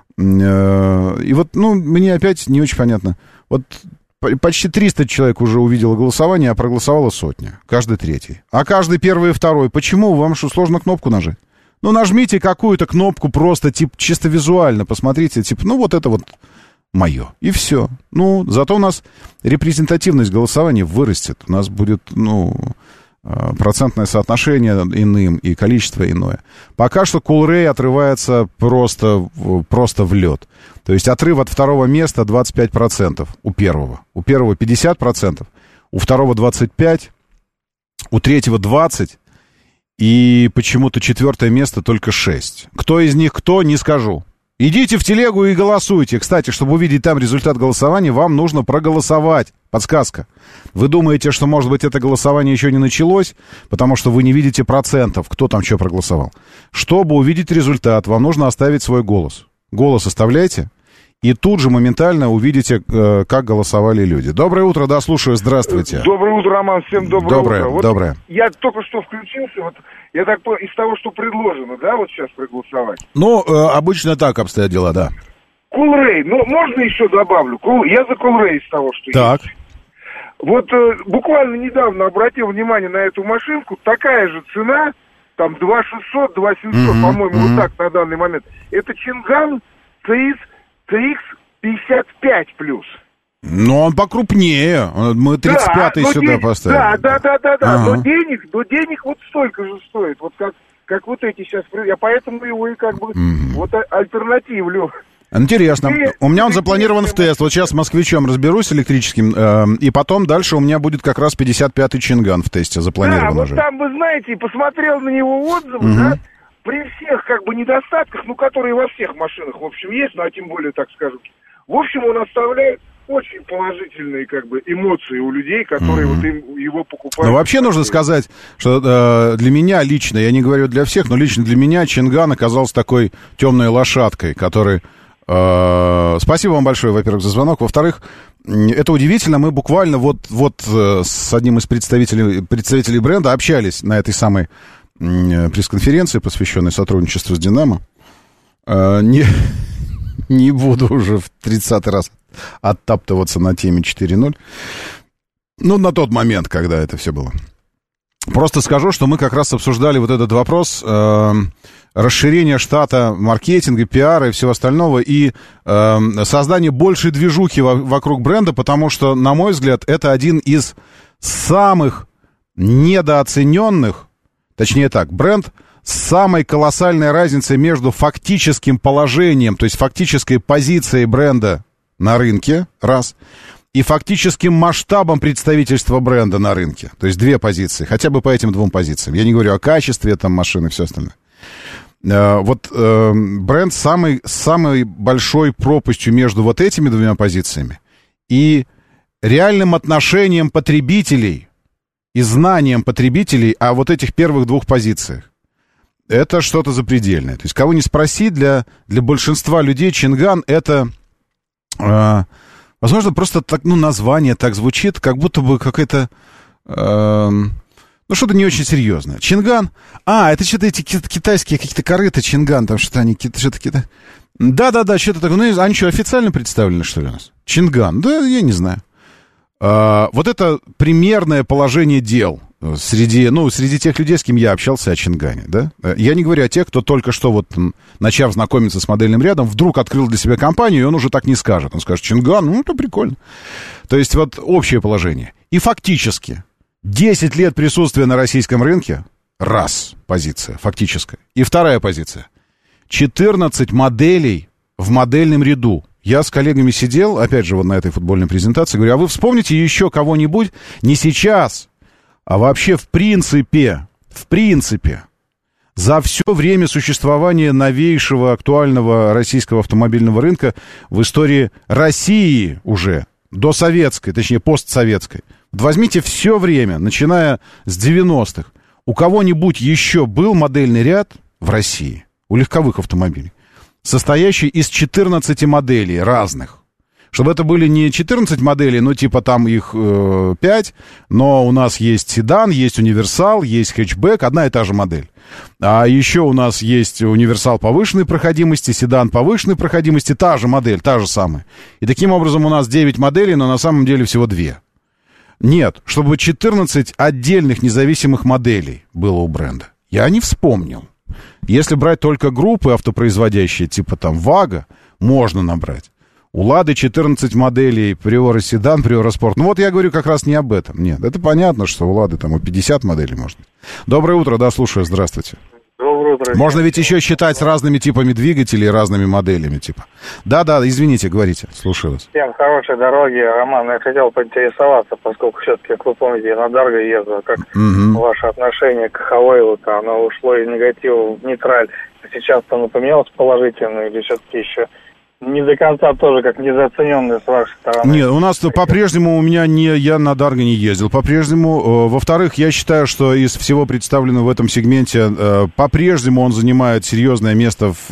И вот, ну, мне опять не очень понятно. Вот... Почти триста человек уже увидело голосование, а проголосовало сотня. Каждый третий. А каждый первый и второй. Почему? Вам что, сложно кнопку нажать? Ну, нажмите какую-то кнопку просто, типа, чисто визуально. Посмотрите, типа, ну, вот это вот мое. И все. Ну, зато у нас репрезентативность голосования вырастет. У нас будет, ну, процентное соотношение иным и количество иное. Пока что Coolray отрывается просто, просто в лед. То есть отрыв от второго места двадцать пять процентов у первого. У первого пятьдесят процентов, у второго двадцать пять процентов, у третьего двадцать процентов, и почему-то четвертое место только шесть процентов. Кто из них кто, не скажу. Идите в телегу и голосуйте. Кстати, чтобы увидеть там результат голосования, вам нужно проголосовать. Подсказка. Вы думаете, что, может быть, это голосование еще не началось, потому что вы не видите процентов, кто там что проголосовал. Чтобы увидеть результат, вам нужно оставить свой голос. Голос оставляйте, и тут же моментально увидите, как голосовали люди. Доброе утро, да, слушаю, здравствуйте. Доброе утро, Роман, всем доброе, доброе утро. Вот доброе. Я только что включился, вот я так понял, из того, что предложено, да, вот сейчас проголосовать? Ну, э, обычно так обстоят дела, да. Coolray, ну, можно еще добавлю? Cool, я за Coolray из того, что так. есть. Вот э, буквально недавно обратил внимание на эту машинку, такая же цена, там два шестьсот, два семьсот, mm-hmm, по-моему, mm-hmm. вот так на данный момент. Это Чинган си икс пятьдесят пять плюс. Ну, он покрупнее. Мы тридцать пятый да, сюда денег, поставили. Да, да, да, да, да. Ага. Но денег, но денег вот столько же стоит. Вот как, как вот эти сейчас. Я поэтому его и как бы mm-hmm. вот альтернативлю. Интересно. И, у меня он запланирован в тест. Вот сейчас с москвичом разберусь электрическим, э, и потом дальше у меня будет как раз пятьдесят пятый Чинган в тесте запланирован да, уже. вот там, вы знаете, посмотрел на него отзывы, угу. да, при всех как бы недостатках, ну, которые во всех машинах, в общем, есть, ну, а тем более, так скажем. В общем, он оставляет очень положительные как бы эмоции у людей, которые mm-hmm. вот им его покупают. Ну, вообще нужно сказать, что э, для меня лично, я не говорю для всех, но лично для меня Чинган оказался такой темной лошадкой, который... Э, спасибо вам большое, во-первых, за звонок. Во-вторых, это удивительно, мы буквально вот, вот э, с одним из представителей, представителей бренда общались на этой самой э, пресс-конференции, посвященной сотрудничеству с «Динамо». Э, не... Не буду уже в тридцатый раз оттаптываться на теме четыре ноль. Ну, на тот момент, когда это все было. Просто скажу, что мы как раз обсуждали вот этот вопрос э, расширения штата маркетинга, пиара и всего остального, и э, создания большей движухи во- вокруг бренда, потому что, на мой взгляд, это один из самых недооцененных, точнее так, бренд с самой колоссальной разницей между фактическим положением, то есть фактической позицией бренда на рынке, раз, и фактическим масштабом представительства бренда на рынке. То есть две позиции, хотя бы по этим двум позициям. Я не говорю о качестве там машины и все остальное. Вот э, бренд с самой, самой большой пропастью между вот этими двумя позициями и реальным отношением потребителей и знанием потребителей о вот этих первых двух позициях. Это что-то запредельное. То есть, кого не спроси, для, для большинства людей Чинган это, э, возможно, просто так, ну, название так звучит, как будто бы какая-то... Э, ну, что-то не очень серьезное. Чинган. А, это что-то эти китайские какие-то корыта, Чинган, там что-то они, что-то какие-то... Да-да-да, что-то такое. Ну, они что, официально представлены, что ли, у нас? Чинган. Да, я не знаю. А, вот это примерное положение дел среди, ну, среди тех людей, с кем я общался о Чингане, да? Я не говорю о тех, кто только что, вот, начав знакомиться с модельным рядом, вдруг открыл для себя компанию, и он уже так не скажет. Он скажет: Чинган, ну, это прикольно. То есть, вот, общее положение. И фактически десять лет присутствия на российском рынке, раз позиция фактическая. И вторая позиция. четырнадцать моделей в модельном ряду. Я с коллегами сидел, опять же, вот на этой футбольной презентации, говорю: а вы вспомните еще кого-нибудь не сейчас, а вообще в принципе, в принципе, за все время существования новейшего актуального российского автомобильного рынка в истории России уже, досоветской, точнее, постсоветской. Вот возьмите все время, начиная с девяностых. У кого-нибудь еще был модельный ряд в России, у легковых автомобилей, состоящий из четырнадцати моделей разных. Чтобы это были не четырнадцать моделей, ну, типа там их э, пять, но у нас есть седан, есть универсал, есть хэтчбэк, одна и та же модель. А еще у нас есть универсал повышенной проходимости, седан повышенной проходимости, та же модель, та же самая. И таким образом у нас девять моделей, но на самом деле всего две. Нет, чтобы четырнадцать отдельных независимых моделей было у бренда. Я не вспомнил. Если брать только группы автопроизводящие, типа там Вага, можно набрать. У Лады четырнадцать моделей, Приора седан, Приора спорт. Ну вот я говорю как раз не об этом. Нет, это понятно, что у Лады там и пятьдесят моделей может быть. Доброе утро, да, слушаю, здравствуйте. Доброе утро. Можно ведь еще считать разными типами двигателей, разными моделями типа. Да-да, извините, говорите, слушаю вас. Всем хорошей дороги. Роман, я хотел поинтересоваться, поскольку все-таки, как вы помните, я на Дарго езжу, как угу. ваше отношение к Хавейлу-то, оно ушло из негатива в нейтраль. Сейчас-то оно поменялось положительно или все-таки еще не до конца тоже как недооцененное с вашей стороны? Нет, у нас по-прежнему у меня не, я на Дарго не ездил по-прежнему. Во-вторых, я считаю, что из всего представленного в этом сегменте по-прежнему он занимает серьезное место в,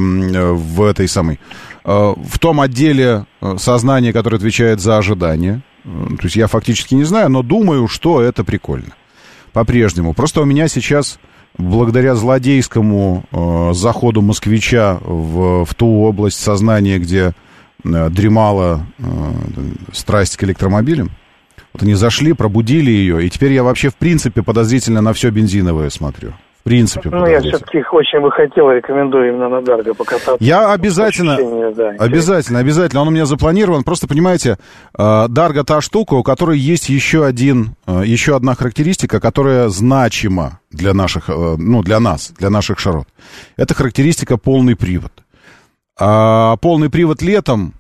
в этой самой, в том отделе сознания, который отвечает за ожидания. То есть я фактически не знаю, но думаю, что это прикольно. По-прежнему. Просто у меня сейчас, благодаря злодейскому э, заходу москвича в, в ту область сознания, где э, дремала э, страсть к электромобилям, вот они зашли, пробудили ее, и теперь я вообще в принципе подозрительно на все бензиновое смотрю. В принципе, ну, я все-таки очень бы хотел, рекомендую именно на Дарго покататься. Я обязательно, да, обязательно, обязательно, он у меня запланирован. Просто, понимаете, Дарго та штука, у которой есть еще один, еще одна характеристика, которая значима для наших, ну, для нас, для наших широт. Это характеристика полный привод. А полный привод летом,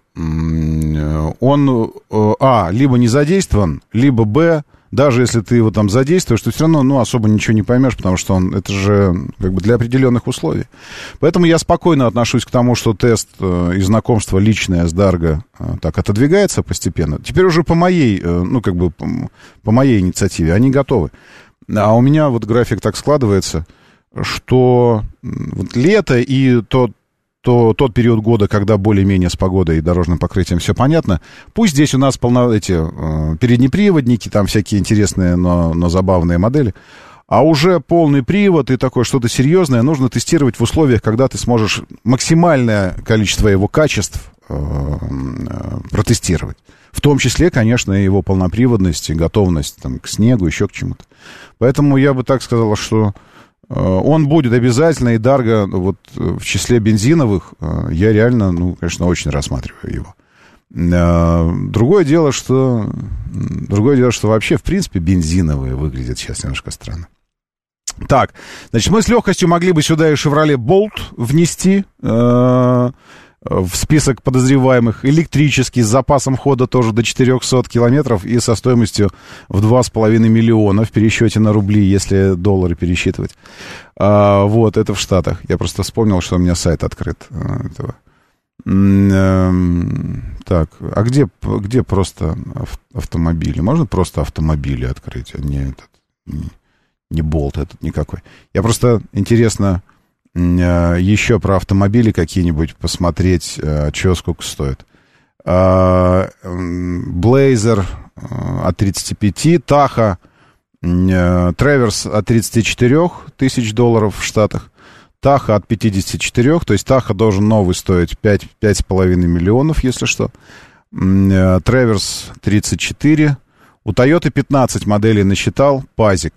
он, а, либо не задействован, либо, б, даже если ты его там задействуешь, то все равно, ну, особо ничего не поймешь, потому что он, это же как бы для определенных условий. Поэтому я спокойно отношусь к тому, что тест э, и знакомство личное с Дарго э, так отодвигается постепенно. Теперь уже по моей, э, ну, как бы по, по моей инициативе они готовы. А у меня вот график так складывается, что вот лето и тот, то тот период года, когда более-менее с погодой и дорожным покрытием все понятно, пусть здесь у нас полно, эти э, переднеприводники, там всякие интересные, но, но забавные модели, а уже полный привод и такое что-то серьезное нужно тестировать в условиях, когда ты сможешь максимальное количество его качеств э, э, протестировать. В том числе, конечно, и его полноприводность и готовность там, к снегу, еще к чему-то. Поэтому я бы так сказал, что он будет обязательно, и Дарго вот в числе бензиновых, я реально, ну, конечно, очень рассматриваю его. Другое дело, что другое дело, что вообще, в принципе, бензиновые выглядят сейчас немножко странно. Так, значит, мы с легкостью могли бы сюда и Chevrolet Bolt внести э, в список подозреваемых. Электрический, с запасом хода тоже до четыреста километров и со стоимостью в два с половиной миллиона в пересчете на рубли, если доллары пересчитывать. А, вот, это в Штатах. Я просто вспомнил, что у меня сайт открыт этого. Так, а где, где просто автомобили? Можно просто автомобили открыть, а не этот, не, не болт этот никакой. Я просто, интересно, еще про автомобили какие-нибудь посмотреть, что сколько стоит. Blazer от тридцати пяти, Tahoe, Traverse от тридцати четырёх тысяч долларов в Штатах, Tahoe от пятидесяти четырёх, то есть Tahoe должен новый стоить пять с половиной миллионов, если что. Traverse тридцать четыре. У Toyota пятнадцать моделей насчитал, Пазик.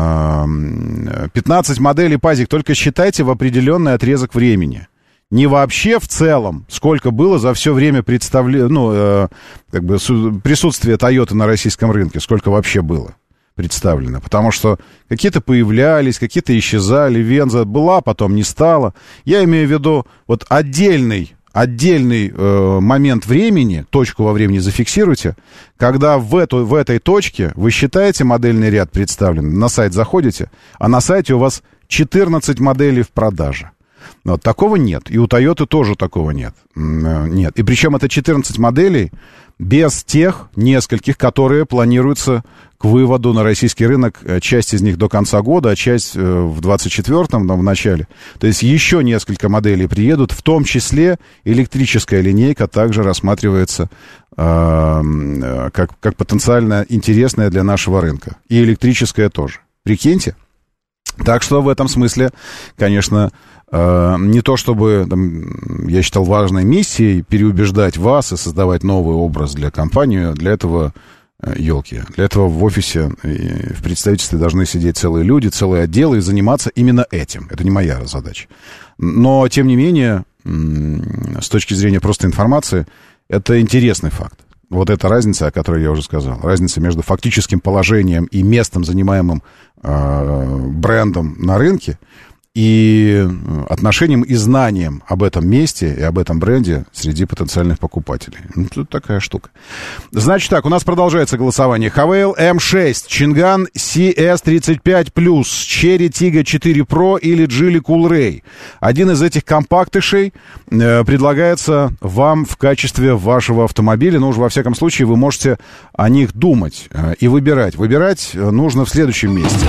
пятнадцать моделей Пазик, только считайте в определенный отрезок времени. Не вообще в целом, сколько было за все время представле... ну, э, как бы присутствия Toyota на российском рынке, сколько вообще было представлено. Потому что какие-то появлялись, какие-то исчезали, Венза была, потом не стала. Я имею в виду вот отдельный Отдельный э, момент времени, точку во времени зафиксируйте, когда в, эту, в этой точке вы считаете модельный ряд представлен, на сайт заходите, а на сайте у вас четырнадцать моделей в продаже. Вот, такого нет. И у Toyota тоже такого нет. Нет. И причем это четырнадцать моделей без тех нескольких, которые планируются к выводу на российский рынок. Часть из них до конца года, а часть в двадцать четвёртом, в начале. То есть еще несколько моделей приедут, в том числе электрическая линейка также рассматривается э, как, как потенциально интересная для нашего рынка. И электрическая тоже. Прикиньте. Так что в этом смысле, конечно, э, не то чтобы, там, я считал важной миссией переубеждать вас и создавать новый образ для компании. Для этого, э, елки, для этого в офисе и в представительстве должны сидеть целые люди, целые отделы и заниматься именно этим. Это не моя задача. Но, тем не менее, э, с точки зрения просто информации, это интересный факт. Вот эта разница, о которой я уже сказал. Разница между фактическим положением и местом, занимаемым э, брендом на рынке, и отношением и знанием об этом месте и об этом бренде среди потенциальных покупателей. Ну, тут такая штука. Значит так, у нас продолжается голосование. Хавейл эм шесть, Чинган си эс тридцать пять плюс, Cherry Tiggo четыре Pro или Geely Coolray. Один из этих компактышей э, предлагается вам в качестве вашего автомобиля. Но уж во всяком случае вы можете о них думать э, и выбирать. Выбирать нужно в следующем месте.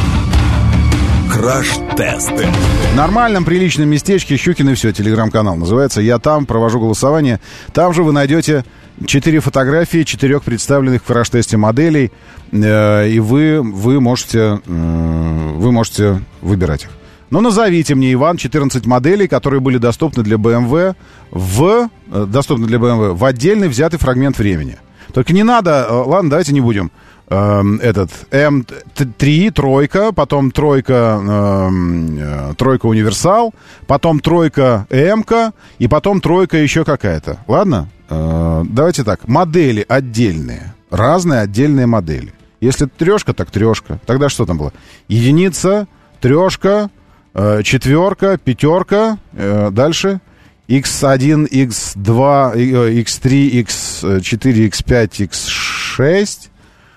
Краш-тест. В нормальном, приличном местечке Щукин и все, телеграм-канал называется. Я там провожу голосование. Там же вы найдете четыре фотографии четырех представленных в краш-тесте моделей. Э, и вы, вы, можете, э, вы можете выбирать их. Ну, назовите мне, Иван, четырнадцать моделей, которые были доступны для бэ эм вэ в, э, доступны для бэ эм вэ в отдельный взятый фрагмент времени. Только не надо, э, ладно, давайте не будем. Этот эм три, тройка, потом тройка, э, тройка универсал, потом тройка М-ка, и потом тройка еще какая-то. Ладно? Э, давайте так. Модели отдельные. Разные отдельные модели. Если трешка, так трешка. Тогда что там было? Единица, трешка, э, четверка, пятерка. Э, дальше. икс один, икс два, икс три, икс четыре, икс пять, икс шесть.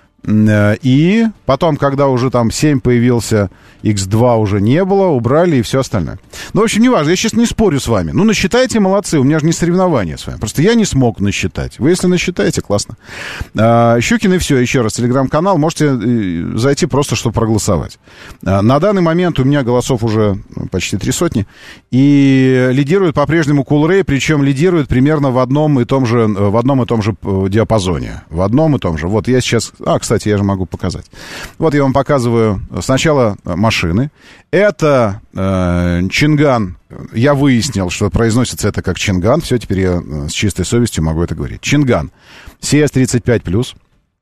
И потом, когда уже там семь появился, икс два уже не было, убрали и все остальное. Ну, в общем, не важно, я сейчас не спорю с вами. Ну, насчитайте, молодцы, у меня же не соревнования с вами. Просто я не смог насчитать. Вы, если насчитаете, классно. а, Щукин и все, еще раз, телеграм-канал. Можете зайти просто, чтобы проголосовать. а, На данный момент у меня голосов уже почти три сотни. И лидирует по-прежнему Coolray, причем лидирует примерно в одном и том же, в одном и том же диапазоне. В одном и том же. Вот я сейчас... А, кстати, я же могу показать. Вот я вам показываю сначала машины. Это э, Чинган. Я выяснил, что произносится это как Чинган. Все, теперь я с чистой совестью могу это говорить. Чинган си эс тридцать пять плюс.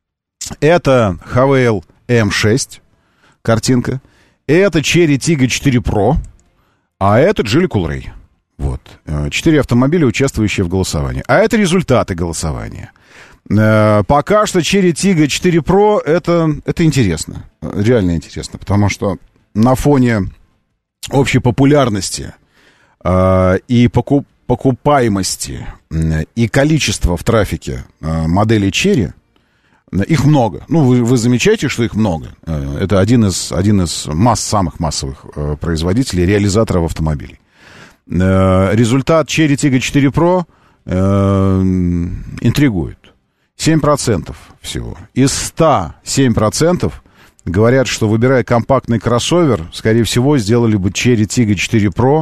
Это Хавейл эм шесть. Картинка. Это Cherry Tiggo четыре Pro. А это Geely Coolray. Вот. Четыре автомобиля, участвующие в голосовании. А это результаты голосования. Пока что Cherry Tiggo четыре Pro это, это интересно, реально интересно, потому что на фоне общей популярности э, и покуп, покупаемости э, и количества в трафике э, моделей Cherry, э, их много. Ну, вы, вы замечаете, что их много. Э, это один из, один из масс, самых массовых э, производителей, реализаторов автомобилей. Э, результат Cherry Tiggo четыре Pro э, интригует. семь процентов всего. Из ста семь процентов говорят, что, выбирая компактный кроссовер, скорее всего, сделали бы Cherry Tiggo четыре Pro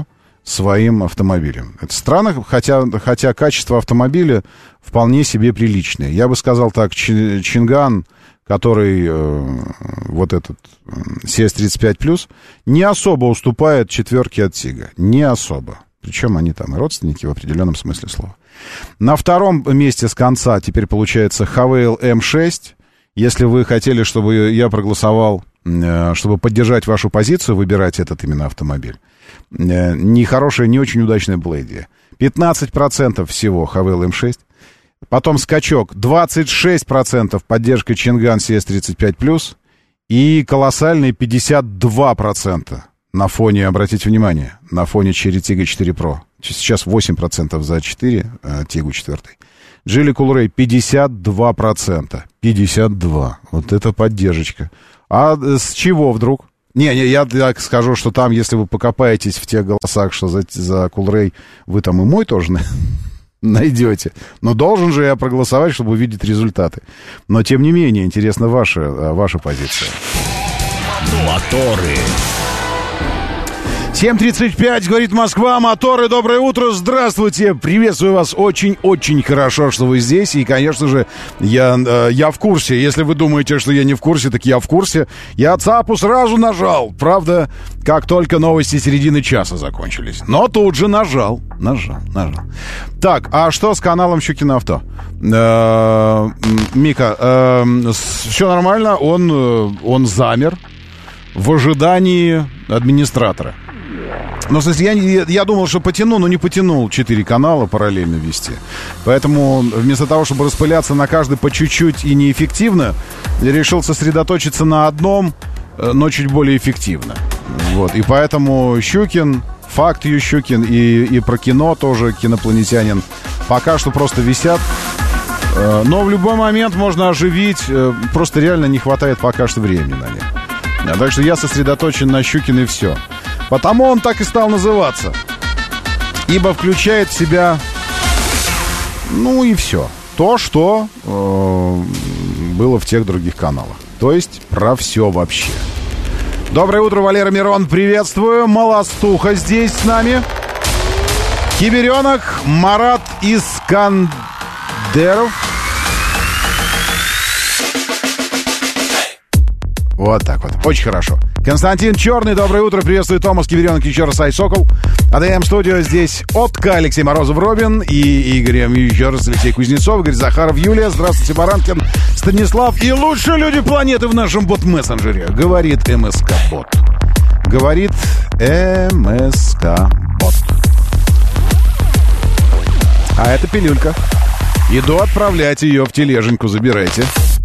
своим автомобилем. Это странно, хотя, хотя качество автомобиля вполне себе приличное. Я бы сказал так, Чинган, который э, вот этот си эс тридцать пять плюс, не особо уступает четверке от Тига. Не особо. Причем они там и родственники в определенном смысле слова. На втором месте с конца теперь получается Хавейл эм шесть. Если вы хотели, чтобы я проголосовал, э, чтобы поддержать вашу позицию, выбирать этот именно автомобиль. Э, не хорошая, не очень удачная была идея. пятнадцать процентов всего Хавейл эм шесть. Потом скачок двадцать шесть процентов поддержка Чинган си эс тридцать пять плюс и колоссальные пятьдесят два процента на фоне, обратите внимание, на фоне Cherry Tiggo четыре Pro. Сейчас восемь процентов за четыре, Tiggo четыре. Geely Coolray пятьдесят два процента. пятьдесят два. Вот это поддержка. А с чего вдруг? Не, не, я так скажу, что там, если вы покопаетесь в тех голосах, что за, за Coolray, вы там и мой тоже найдете. Но должен же я проголосовать, чтобы увидеть результаты. Но, тем не менее, интересна ваша, ваша позиция. Моторы. семь тридцать пять, говорит Москва, моторы, доброе утро, здравствуйте, приветствую вас, очень-очень хорошо, что вы здесь, и, конечно же, я, я в курсе, если вы думаете, что я не в курсе, так я в курсе, я ЦАПу сразу нажал, правда, как только новости середины часа закончились, но тут же нажал, нажал, нажал. Так, а что с каналом Щукино Авто? Э-э, Мика, э-э, все нормально, он, он замер в ожидании администратора. Ну, в смысле, я, я думал, что потяну, но не потянул четыре канала параллельно вести. Поэтому вместо того, чтобы распыляться на каждый по чуть-чуть и неэффективно, я решил сосредоточиться на одном, но чуть более эффективно. Вот. И поэтому Щукин, факт Ющукин и, и про кино тоже кинопланетянин пока что просто висят. Но в любой момент можно оживить. Просто реально не хватает пока что времени на них. Так что я сосредоточен на Щукин и все. Потому он так и стал называться. Ибо включает в себя, ну и все. То, что э, было в тех других каналах. То есть про все вообще. Доброе утро, Валера Мирон, приветствую. Молостуха здесь с нами. Киберенок, Марат Искандеров. Вот так вот, очень хорошо. Константин Черный, доброе утро, приветствую, Томас Киберенок, еще раз Айсокол. АДМ Студио здесь Отка, Алексей Морозов, Робин и Игорь, еще раз Алексей Кузнецов, Игорь Захаров, Юлия, здравствуйте, Баранкин, Станислав и лучшие люди планеты в нашем бот-мессенджере, говорит МСК-бот. Говорит МСК-бот. А это пилюлька. Иду отправлять ее в тележеньку, забирайте.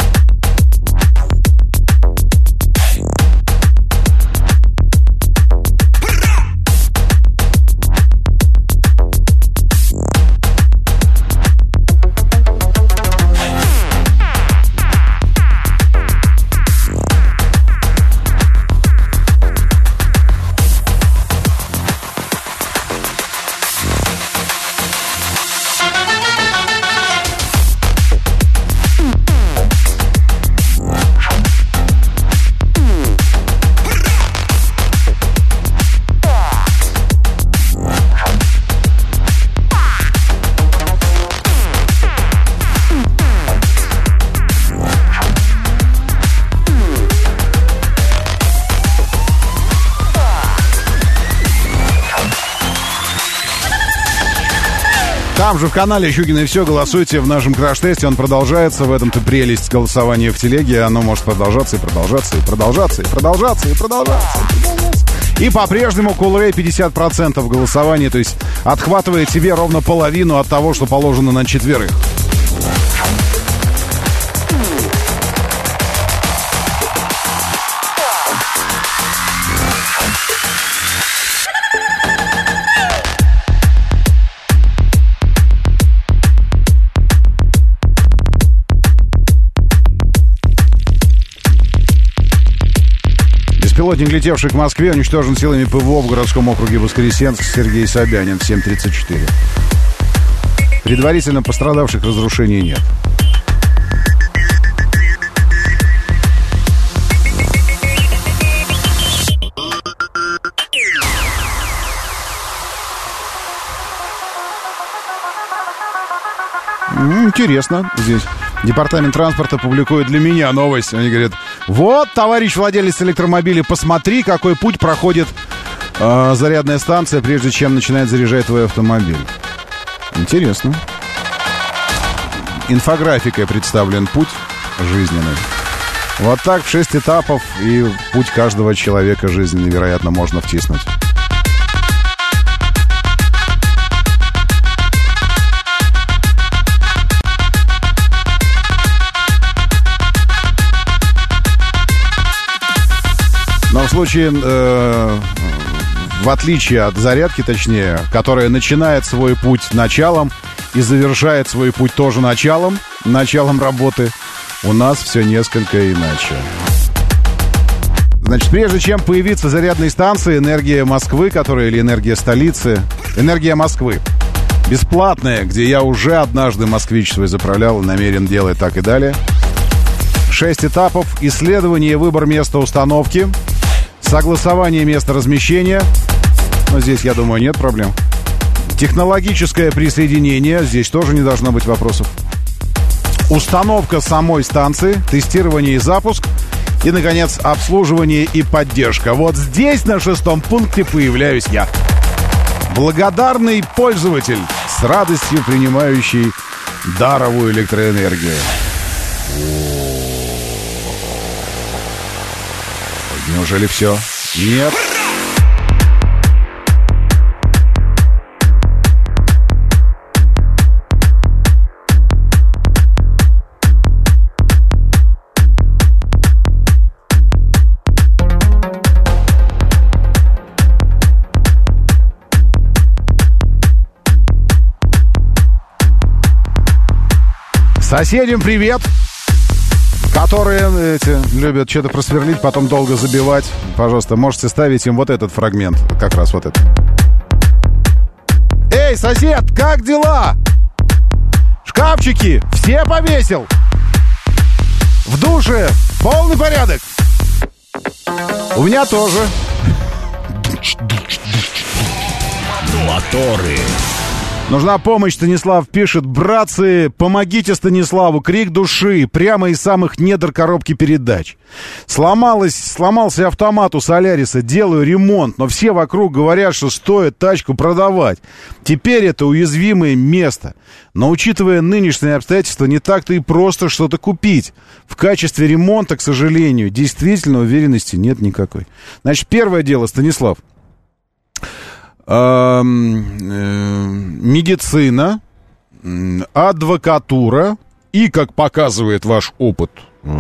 Там же в канале Щукина и все, голосуйте в нашем краш-тесте, он продолжается, в этом-то прелесть голосования в телеге, оно может продолжаться и продолжаться, и продолжаться, и продолжаться, и продолжаться, и продолжаться. И по-прежнему Coolray пятьдесят процентов голосования, то есть отхватывает себе ровно половину от того, что положено на четверых. Беспилотник, летевший к Москве, уничтожен силами ПВО в городском округе Воскресенск. Сергей Собянин, семь тридцать четыре. Предварительно пострадавших, разрушений нет. Интересно здесь. Департамент транспорта публикует для меня новость. Они говорят: вот, товарищ владелец электромобиля, посмотри, какой путь проходит э, зарядная станция, прежде чем начинает заряжать твой автомобиль. Интересно. Инфографикой представлен путь жизненный. Вот так в шесть этапов и путь каждого человека жизненный, вероятно, можно втиснуть. Но в случае, э, в отличие от зарядки, точнее, которая начинает свой путь началом и завершает свой путь тоже началом, началом работы, у нас все несколько иначе. Значит, прежде чем появиться зарядные станции, «Энергия Москвы», которая, или «Энергия столицы», «Энергия Москвы», бесплатная, где я уже однажды москвич свой заправлял и намерен делать так и далее. Шесть этапов: исследование и выбор места установки, согласование места размещения. Но здесь, я думаю, нет проблем. Технологическое присоединение. Здесь тоже не должно быть вопросов. Установка самой станции, тестирование и запуск. И, наконец, обслуживание и поддержка. Вот здесь, на шестом пункте, появляюсь я. Благодарный пользователь, с радостью принимающий даровую электроэнергию. Неужели все? Нет. Соседям привет, которые эти, любят что-то просверлить, потом долго забивать. Пожалуйста, можете ставить им вот этот фрагмент. Как раз вот этот. Эй, сосед, как дела? Шкафчики все повесил? В душе полный порядок? У меня тоже. Моторы. Нужна помощь, Станислав пишет. Братцы, помогите Станиславу. Крик души. Прямо из самых недр коробки передач. Сломалась, сломался автомат у Соляриса. Делаю ремонт, но все вокруг говорят, что стоит тачку продавать. Теперь это уязвимое место. Но учитывая нынешние обстоятельства, не так-то и просто что-то купить. В качестве ремонта, к сожалению, действительно уверенности нет никакой. Значит, первое дело, Станислав. Медицина, адвокатура и, как показывает ваш опыт,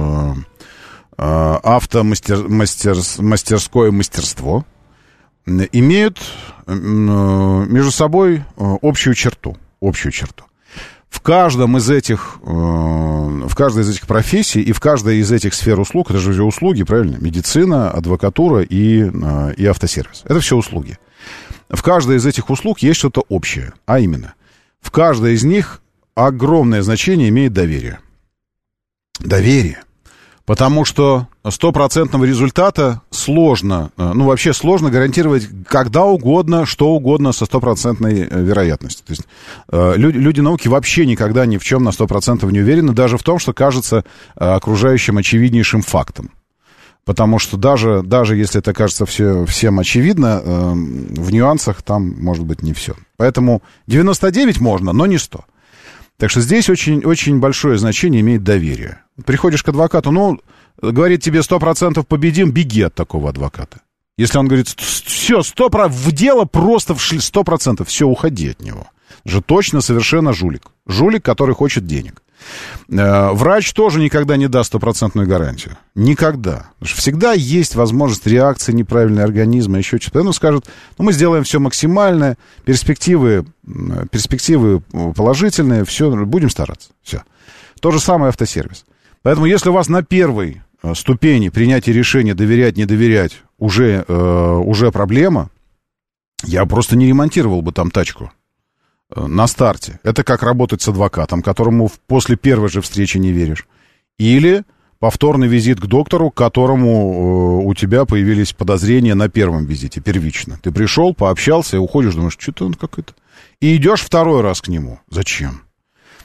автомастерское мастерство имеют между собой общую черту. Общую черту. В каждом из этих, в каждой из этих профессий и в каждой из этих сфер услуг, это же услуги, правильно? Медицина, адвокатура и, и автосервис. Это все услуги. В каждой из этих услуг есть что-то общее, а именно, в каждой из них огромное значение имеет доверие. Доверие. Потому что стопроцентного результата сложно, ну вообще сложно гарантировать когда угодно, что угодно со стопроцентной вероятностью. То есть люди, люди науки вообще никогда ни в чем на сто процентов не уверены, даже в том, что кажется окружающим очевиднейшим фактом. Потому что даже, даже если это кажется все, всем очевидно, э, в нюансах там может быть не все. Поэтому девяносто девять можно, но не сто. Так что здесь очень, очень большое значение имеет доверие. Приходишь к адвокату, ну, говорит тебе сто процентов победим, беги от такого адвоката. Если он говорит, все, сто процентов, в дело просто вшли сто процентов, все, уходи от него. Же точно совершенно жулик. Жулик, который хочет денег. Врач тоже никогда не даст стопроцентную гарантию. Никогда. Потому что всегда есть возможность реакции неправильной организма, еще что-то. Поэтому скажут, ну, мы сделаем все максимальное, перспективы, перспективы положительные, все, будем стараться. Все. То же самое автосервис. Поэтому если у вас на первой ступени принятия решения доверять, не доверять уже, э, уже проблема, я просто не ремонтировал бы там тачку на старте. Это как работать с адвокатом, которому после первой же встречи не веришь. Или повторный визит к доктору, к которому э, у тебя появились подозрения на первом визите, первично. Ты пришел, пообщался, и уходишь, думаешь, что-то он какой-то... И идешь второй раз к нему. Зачем?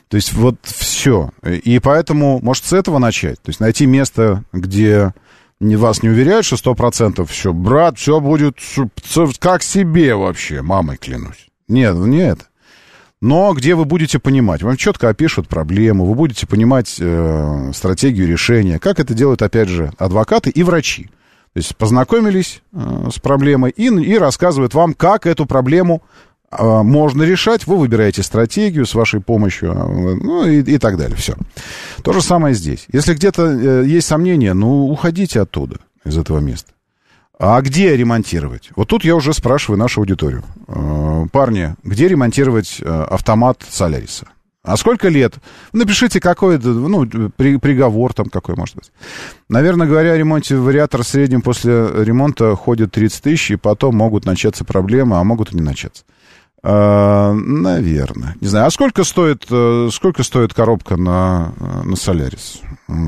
То есть вот все. И поэтому, может, с этого начать. То есть найти место, где вас не уверяют, что сто процентов все, брат, все будет как себе вообще, мамой клянусь. Нет, не это. Но где вы будете понимать, вам четко опишут проблему, вы будете понимать э, стратегию решения, как это делают, опять же, адвокаты и врачи. То есть познакомились э, с проблемой и, и рассказывают вам, как эту проблему э, можно решать. Вы выбираете стратегию с вашей помощью, э, ну и, и так далее. Все. То же самое здесь. Если где-то э, есть сомнения, ну, уходите оттуда, из этого места. А где ремонтировать? Вот тут я уже спрашиваю нашу аудиторию. Э, парни, где ремонтировать э, автомат Соляриса? А сколько лет? Напишите, какой, ну, при, приговор там какой может быть. Наверное, говоря о ремонте, вариатор в среднем после ремонта ходит тридцать тысяч, и потом могут начаться проблемы, а могут и не начаться. Э, наверное. Не знаю. А сколько стоит, э, сколько стоит коробка на, на Солярис?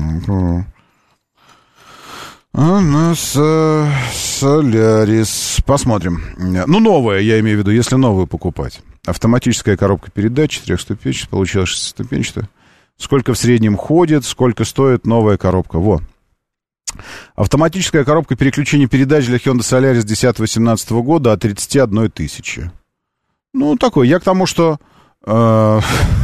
А, на Солярис. Посмотрим. Ну, новая, я имею в виду, если новую покупать. Автоматическая коробка передач, четырехступенчатая, получилось шестиступенчатая. Сколько в среднем ходит, сколько стоит новая коробка. Во. Автоматическая коробка переключения передач для Hyundai Solaris две тысячи восемнадцатого года от тридцать одна тысяча. Ну, такой. Я к тому, что... Что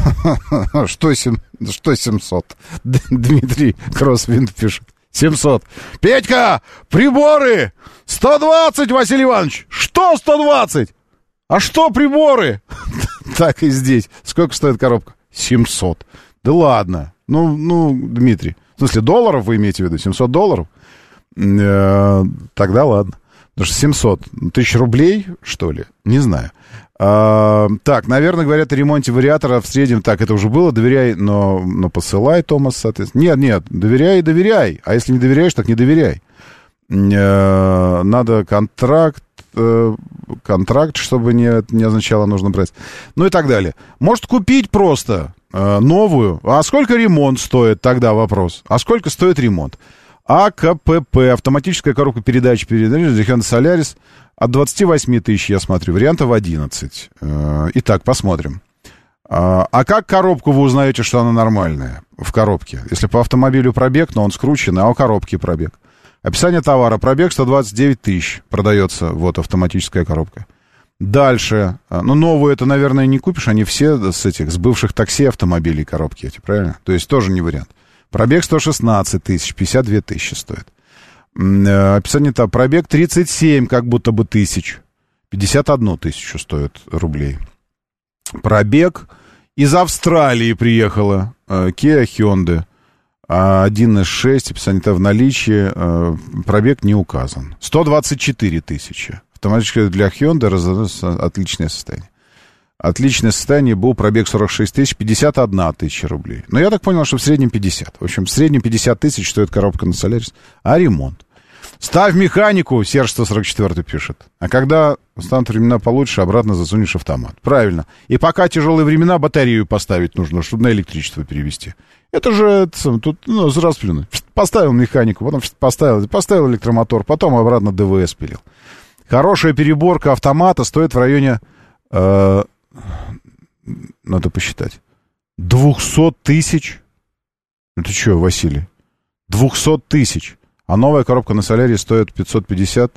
семьсот? Дмитрий Кроссвинд пишет. семьсот. Петька, приборы! сто двадцать, Василий Иванович! Что сто двадцать? А что приборы? Так и здесь. Сколько стоит коробка? семьсот. Да ладно. Ну, ну, Дмитрий. В смысле, долларов вы имеете в виду? семьсот долларов? Тогда ладно. Потому что семьсот. Тысяч рублей, что ли? Не знаю. А, так, наверное, говорят о ремонте вариатора в среднем. Так, это уже было. Доверяй, но, но посылай, Томас, соответственно. Нет, нет, доверяй и доверяй. А если не доверяешь, так не доверяй. А, надо контракт, контракт, чтобы не, не означало нужно брать. Ну и так далее. Может купить просто а, новую. А сколько ремонт стоит? Тогда вопрос. А сколько стоит ремонт? АКПП, автоматическая коробка передач передач для Hyundai Solaris от двадцати восьми тысяч, я смотрю, вариантов одиннадцать. Итак, посмотрим. А как коробку вы узнаете, что она нормальная в коробке? Если по автомобилю пробег, но он скрученный, а у коробки пробег. Описание товара. Пробег сто двадцать девять тысяч продается. Вот автоматическая коробка. Дальше. Ну, новую это, наверное, не купишь. Они все с этих, с бывших такси автомобилей коробки эти, правильно? То есть тоже не вариант. Пробег сто шестнадцать тысяч, пятьдесят две тысячи стоит. Описание того. Пробег тридцать семь как будто бы тысяч. пятьдесят одну тысячу стоит рублей. Пробег из Австралии приехала. Kia Hyundai. один и шесть, описание того в наличии. Пробег не указан. сто двадцать четыре тысячи. Автоматически для Hyundai раздается отличное состояние. Отличное состояние, был пробег сорок шесть тысяч, пятьдесят одна тысяча рублей. Но я так понял, что в среднем пятьдесят. В общем, в среднем пятьдесят тысяч стоит коробка на Solaris. А ремонт? Ставь механику, Серж сто сорок четыре пишет. А когда станут времена получше, обратно засунешь автомат. Правильно. И пока тяжелые времена, батарею поставить нужно, чтобы на электричество перевести. Это же, это, тут, ну, расплюнуть. Поставил механику, потом поставил, поставил электромотор, потом обратно ДВС пилил. Хорошая переборка автомата стоит в районе... Э, надо посчитать. двести тысяч? Это что, Василий? двести тысяч. А новая коробка на Солярис стоит пятьсот пятьдесят,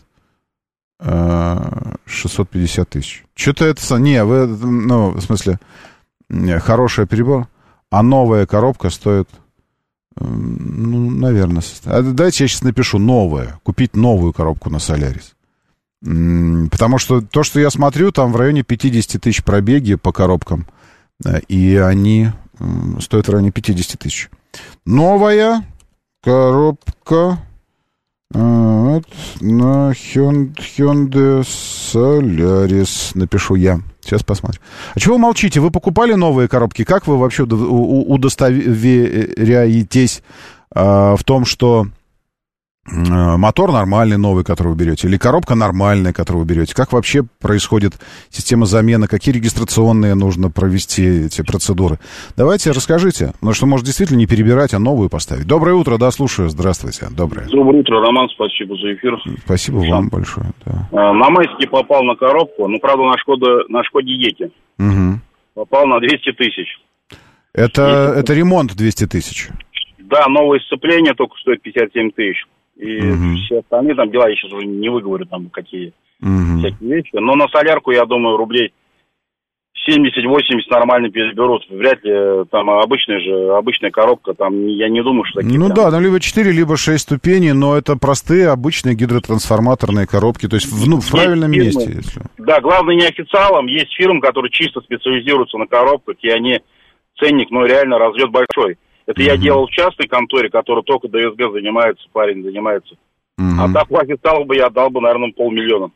шестьсот пятьдесят тысяч. Что-то это... Не, вы, ну, в смысле, хорошая перебор. А новая коробка стоит... Ну, наверное... Давайте я сейчас напишу новая. Купить новую коробку на Солярис. Потому что то, что я смотрю, там в районе пятьдесят тысяч пробеги по коробкам. И они стоят в районе пятьдесят тысяч. Новая коробка вот, на Hyundai Solaris. Напишу я. Сейчас посмотрим. А чего вы молчите? Вы покупали новые коробки? Как вы вообще удостоверяетесь в том, что мотор нормальный, новый, который вы берете, или коробка нормальная, которую вы берете? Как вообще происходит система замены? Какие регистрационные нужно провести эти процедуры? Давайте расскажите. Потому что, может, действительно не перебирать, а новую поставить. Доброе утро, да, слушаю. Здравствуйте. Доброе. Доброе утро, Роман, спасибо за эфир. Спасибо Сам. вам большое. Да. На Майске попал на коробку, ну, правда, на Шкоде, на Шкоде Ети. Угу. Попал на двести тысяч. Это, это ремонт двести тысяч? Да, новое сцепление только стоит пятьдесят семь тысяч. И угу. все остальные там дела, я сейчас уже не выговорю, там какие угу. всякие вещи. Но на солярку, я думаю, рублей семьдесят-восемьдесят нормально переберут. Вряд ли там обычная же, обычная коробка, там я не думаю, что такие... Ну прям... да, там либо четыре, либо шесть ступеней, но это простые, обычные гидротрансформаторные коробки, то есть в, ну, в правильном фирмы, месте. Если... Да, главное не официалам, есть фирмы, которые чисто специализируются на коробках, и они, ценник, ну, реально разрез большой. Это mm-hmm. я делал в частной конторе, которая только ДСГ занимается, парень занимается. Mm-hmm. А так в официалах бы я отдал бы, наверное, полмиллиона.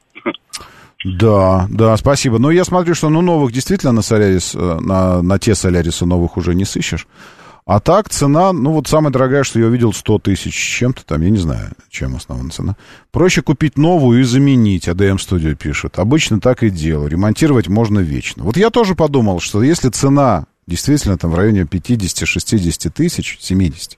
Да, да, спасибо. Но я смотрю, что ну, новых действительно на Солярис, на, на те Солярисы новых уже не сыщешь. А так цена, ну вот самая дорогая, что я увидел, сто тысяч с чем-то там, я не знаю, чем основана цена. Проще купить новую и заменить, АДМ Studio пишет. Обычно так и делаю, ремонтировать можно вечно. Вот я тоже подумал, что если цена действительно там в районе пятьдесят-шестьдесят тысяч, семьдесят,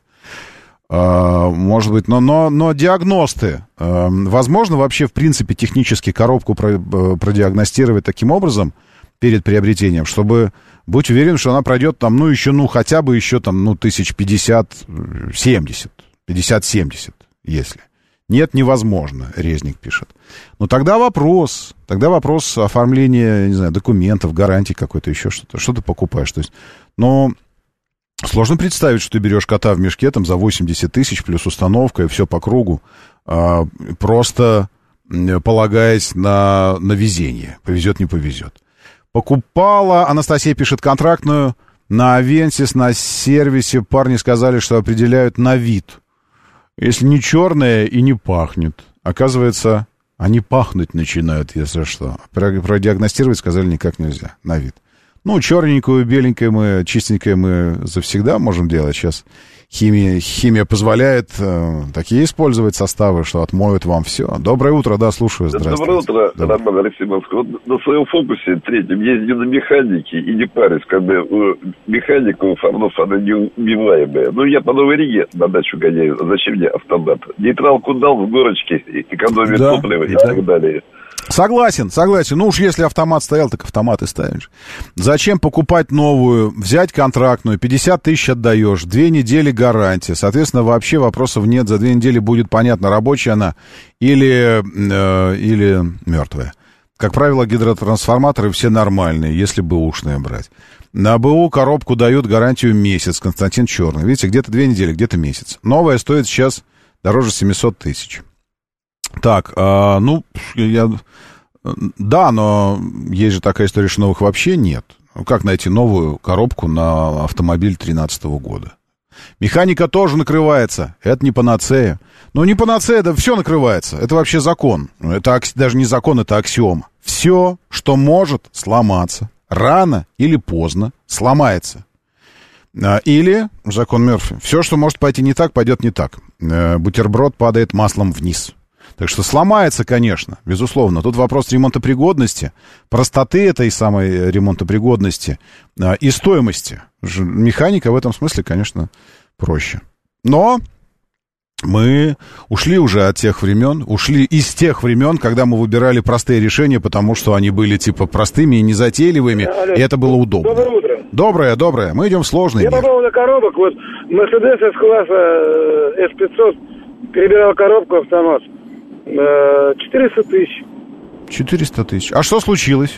Uh, может быть, но, но, но диагносты, uh, возможно вообще, в принципе, технически коробку про, uh, продиагностировать таким образом перед приобретением, чтобы быть уверен, что она пройдет там, ну, еще, ну, хотя бы еще там, ну, тысяч пятьдесят-семьдесят, пятьдесят-семьдесят, если. Нет, невозможно, Резник пишет. Но тогда вопрос, тогда вопрос оформления, не знаю, документов, гарантий какой-то, еще что-то, что ты покупаешь, то есть, но... Сложно представить, что ты берешь кота в мешке там за восемьдесят тысяч плюс установка и все по кругу, а, просто полагаясь на, на везение. Повезет, не повезет. Покупала, Анастасия пишет, контрактную на Авенсис, на сервисе. Парни сказали, что определяют на вид. Если не черное и не пахнет. Оказывается, они пахнуть начинают, если что. Продиагностировать сказали никак нельзя, на вид. Ну, черненькую, беленькую мы, чистенькую мы завсегда можем делать. Сейчас химия, химия позволяет э, такие использовать составы, что отмоют вам все. Доброе утро, да, слушаю, здравствуйте. Доброе утро, Доброе. Роман Алексей Москва. Вот на своем фокусе третьем ездил на механике и не парюсь, когда у механика у Форнов она неубиваемая. Ну, я по Новой Риге на дачу гоняю, зачем мне автомат? Нейтралку дал в горочке, экономия да, топлива и да. так далее. Согласен, согласен. Ну уж если автомат стоял, так автомат и ставишь. Зачем покупать новую, взять контрактную, пятьдесят тысяч отдаешь, две недели гарантия. Соответственно, вообще вопросов нет. За две недели будет понятно, рабочая она или, э, или мертвая. Как правило, гидротрансформаторы все нормальные, если бэушные брать. На БУ коробку дают гарантию месяц. Константин Черный. Видите, где-то две недели, где-то месяц. Новая стоит сейчас дороже семьсот тысяч. Так, а, ну, я... Да, но есть же такая история, что новых вообще нет. Как найти новую коробку на автомобиль две тысячи тринадцатого года? Механика тоже накрывается. Это не панацея. Ну, не панацея, да все накрывается. Это вообще закон. Это даже не закон, это аксиома. Все, что может сломаться, рано или поздно сломается. Или закон Мерфи. Все, что может пойти не так, пойдет не так. Бутерброд падает маслом вниз. Так что сломается, конечно, безусловно. Тут вопрос ремонтопригодности, простоты этой самой ремонтопригодности а, и стоимости. Механика в этом смысле, конечно, проще. Но мы ушли уже от тех времен, ушли из тех времен, когда мы выбирали простые решения, потому что они были типа простыми и незатейливыми, Алло, и это было удобно. Доброе утро. Доброе, доброе. Мы идем в сложный Я мир. по поводу коробок. Вот Mercedes S-класса эс пятьсот перебирал коробку автомат. четыреста тысяч. четыреста тысяч. А что случилось?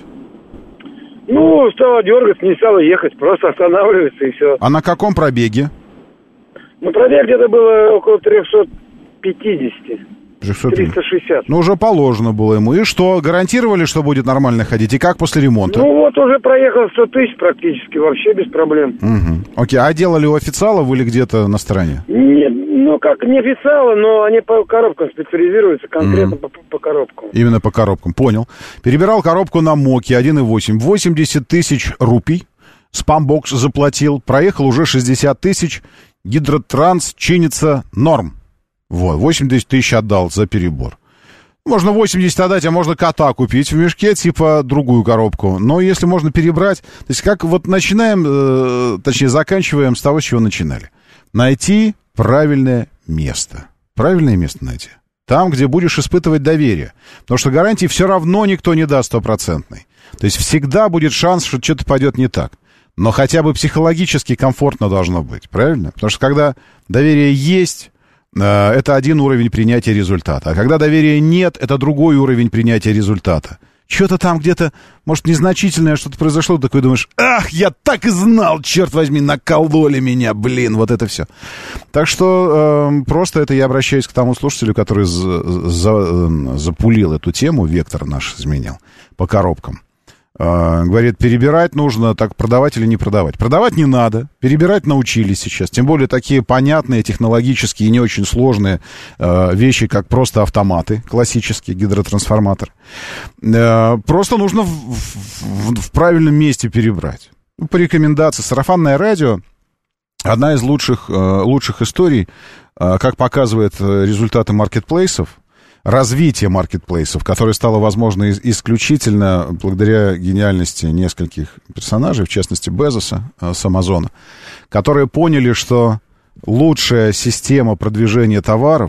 Ну, стало дергаться, не стало ехать, просто останавливается и все. А на каком пробеге? Ну, пробег где-то было около триста пятьдесят. триста шестьдесят. Ну, уже положено было ему. И что, гарантировали, что будет нормально ходить? И как после ремонта? Ну, вот уже проехал сто тысяч практически, вообще без проблем. Угу. Окей, а делали у официалов или где-то на стороне? Нет, ну, как не официалы, но они по коробкам специализируются, конкретно угу. по, по коробкам. Именно по коробкам, понял. Перебирал коробку на Моки один и восемь. восемьдесят тысяч рупий. Спамбокс заплатил. Проехал уже шестьдесят тысяч. Гидротранс чинится норм. Вот, восемьдесят тысяч отдал за перебор. Можно восемьдесят отдать, а можно кота купить в мешке, типа другую коробку. Но если можно перебрать... То есть как вот начинаем, э, точнее заканчиваем с того, с чего начинали. Найти правильное место. Правильное место найти. Там, где будешь испытывать доверие. Потому что гарантии все равно никто не даст стопроцентной. То есть всегда будет шанс, что что-то пойдет не так. но хотя бы психологически комфортно должно быть, правильно? Потому что когда доверие есть, это один уровень принятия результата. А когда доверия нет, это другой уровень принятия результата. Что-то там где-то, может, незначительное что-то произошло, такой думаешь, ах, я так и знал, черт возьми, накололи меня, блин, вот это все. Так что э, просто это я обращаюсь к тому слушателю, который за, за, запулил эту тему, вектор наш изменил, по коробкам. Э, говорит, перебирать нужно, так продавать или не продавать. Продавать не надо, перебирать научились сейчас. Тем более такие понятные, технологические и не очень сложные э, вещи, как просто автоматы, классические гидротрансформаторы. Э, просто нужно в, в, в правильном месте перебрать. По рекомендации, сарафанное радио одна из лучших, э, лучших историй, э, как показывает результаты маркетплейсов, развитие маркетплейсов, которое стало возможно исключительно благодаря гениальности нескольких персонажей, в частности Безоса с Амазона, которые поняли, что лучшая система продвижения товаров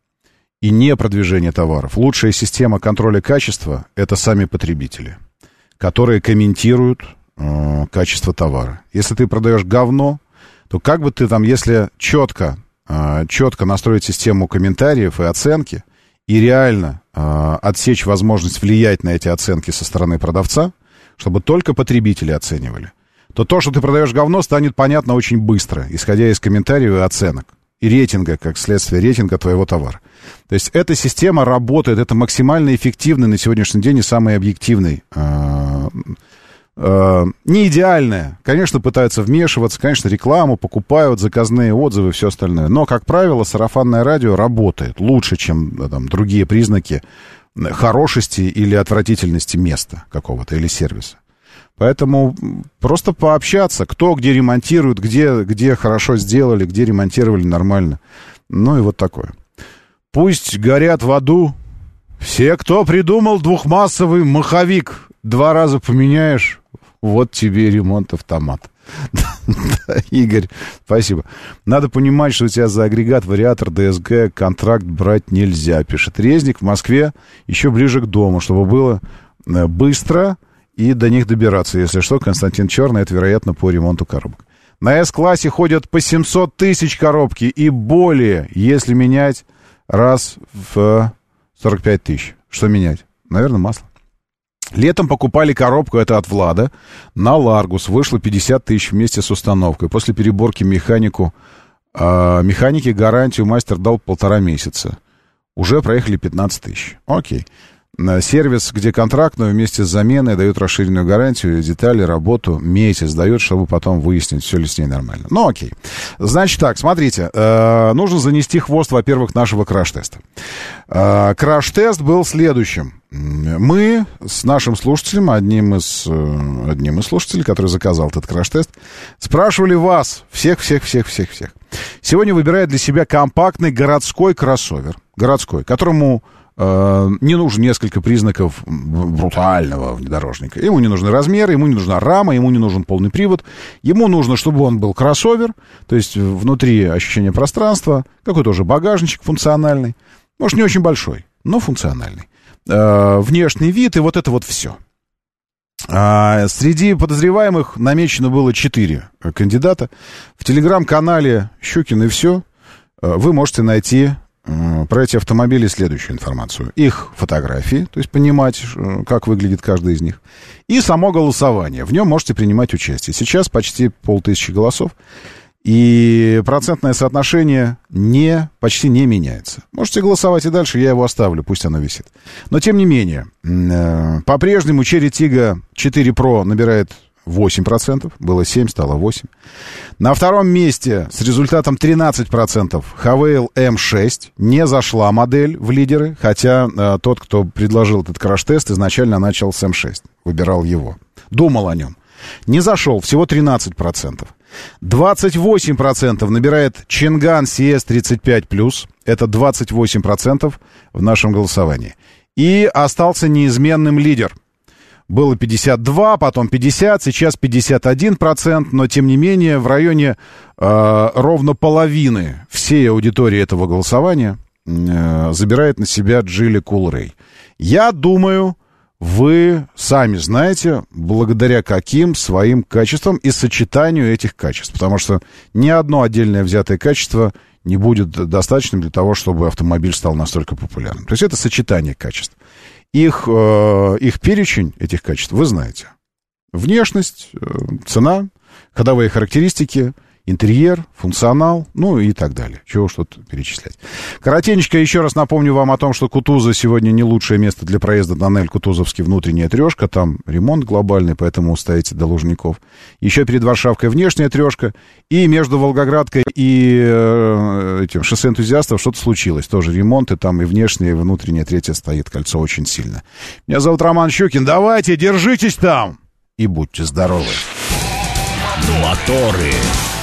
и не продвижения товаров, лучшая система контроля качества — это сами потребители, которые комментируют э, качество товара. Если ты продаешь говно, то как бы ты там, если четко, э, четко настроить систему комментариев и оценки, и реально э, отсечь возможность влиять на эти оценки со стороны продавца, чтобы только потребители оценивали, то то, что ты продаешь говно, станет понятно очень быстро, исходя из комментариев и оценок. И рейтинга, как следствие рейтинга твоего товара. То есть эта система работает, это максимально эффективный на сегодняшний день и самый объективный. Э, э, не идеальная. Конечно, пытаются вмешиваться, конечно, рекламу покупают, заказные отзывы, все остальное. Но, как правило, сарафанное радио работает лучше, чем там, другие признаки хорошести или отвратительности места какого-то или сервиса. Поэтому просто пообщаться, кто где ремонтирует, где, где хорошо сделали, где ремонтировали нормально. Ну и вот такое. Пусть горят в аду все, кто придумал двухмассовый маховик. Два раза поменяешь, вот тебе ремонт автомат. Игорь, спасибо. Надо понимать, что у тебя за агрегат, вариатор, ДСГ контракт брать нельзя, пишет Резник. В Москве еще ближе к дому, чтобы было быстро и до них добираться. Если что, Константин Черный, это, вероятно, по ремонту коробок. На С-классе ходят по семьсот тысяч коробки и более, если менять раз в сорок пять тысяч. Что менять? Наверное, масло. Летом покупали коробку, это от Влада, на Ларгус. Вышло пятьдесят тысяч вместе с установкой. После переборки механику, э, механике гарантию мастер дал полтора месяца. Уже проехали пятнадцать тысяч. Окей. Сервис, где контрактную вместе с заменой дают расширенную гарантию, детали, работу месяц дают, чтобы потом выяснить, все ли с ней нормально. Ну, окей. Значит так, смотрите, э, нужно занести хвост, во-первых, нашего краш-теста. Э, краш-тест был следующим. Мы с нашим слушателем, одним из, э, одним из слушателей, который заказал этот краш-тест, спрашивали вас, всех-всех-всех-всех-всех. Сегодня выбирает для себя компактный городской кроссовер, городской, которому не нужно несколько признаков брутального внедорожника. Ему не нужны размеры, ему не нужна рама, ему не нужен полный привод. Ему нужно, чтобы он был кроссовер, то есть внутри ощущение пространства, какой-то уже багажничек функциональный. Может, не очень большой, но функциональный. Внешний вид и вот это вот все. Среди подозреваемых намечено было четыре кандидата. В телеграм-канале «Щукин и все» вы можете найти про эти автомобили следующую информацию. Их фотографии, то есть понимать, как выглядит каждый из них. И само голосование. В нем можете принимать участие. Сейчас почти полтысячи голосов. И процентное соотношение не, почти не меняется. Можете голосовать и дальше, я его оставлю, пусть оно висит. Но тем не менее, по-прежнему Cherry Tiggo четыре Pro набирает восемь процентов, было семь, стало восемь. На втором месте с результатом тринадцать процентов Havail эм шесть. Не зашла модель в лидеры, хотя э, тот, кто предложил этот краш-тест, изначально начал с эм шесть, выбирал его, думал о нем. Не зашел, всего тринадцать процентов. двадцать восемь процентов набирает Чинган си эс тридцать пять плюс, это двадцать восемь процентов в нашем голосовании. И остался неизменным лидер. Было пятьдесят два, потом пятьдесят, сейчас пятьдесят один процент, но, тем не менее, в районе э, ровно половины всей аудитории этого голосования э, забирает на себя Geely Coolray. Я думаю, вы сами знаете, благодаря каким своим качествам и сочетанию этих качеств. Потому что ни одно отдельное взятое качество не будет достаточным для того, чтобы автомобиль стал настолько популярным. То есть это сочетание качеств. Их, э, их перечень этих качеств вы знаете. Внешность, э, цена, ходовые характеристики, интерьер, функционал, ну и так далее. Чего уж тут перечислять. Коротенечко еще раз напомню вам о том, что Кутузов сегодня не лучшее место для проезда. Тоннель Кутузовский, внутренняя трешка. Там ремонт глобальный, поэтому устоите до Лужников. Еще перед Варшавкой внешняя трешка. И между Волгоградкой и э, этим шоссе энтузиастов что-то случилось. Тоже ремонт, и там и внешняя, и внутренняя третья стоит. Кольцо очень сильно. Меня зовут Роман Щукин. Давайте, держитесь там! И будьте здоровы. Моторы.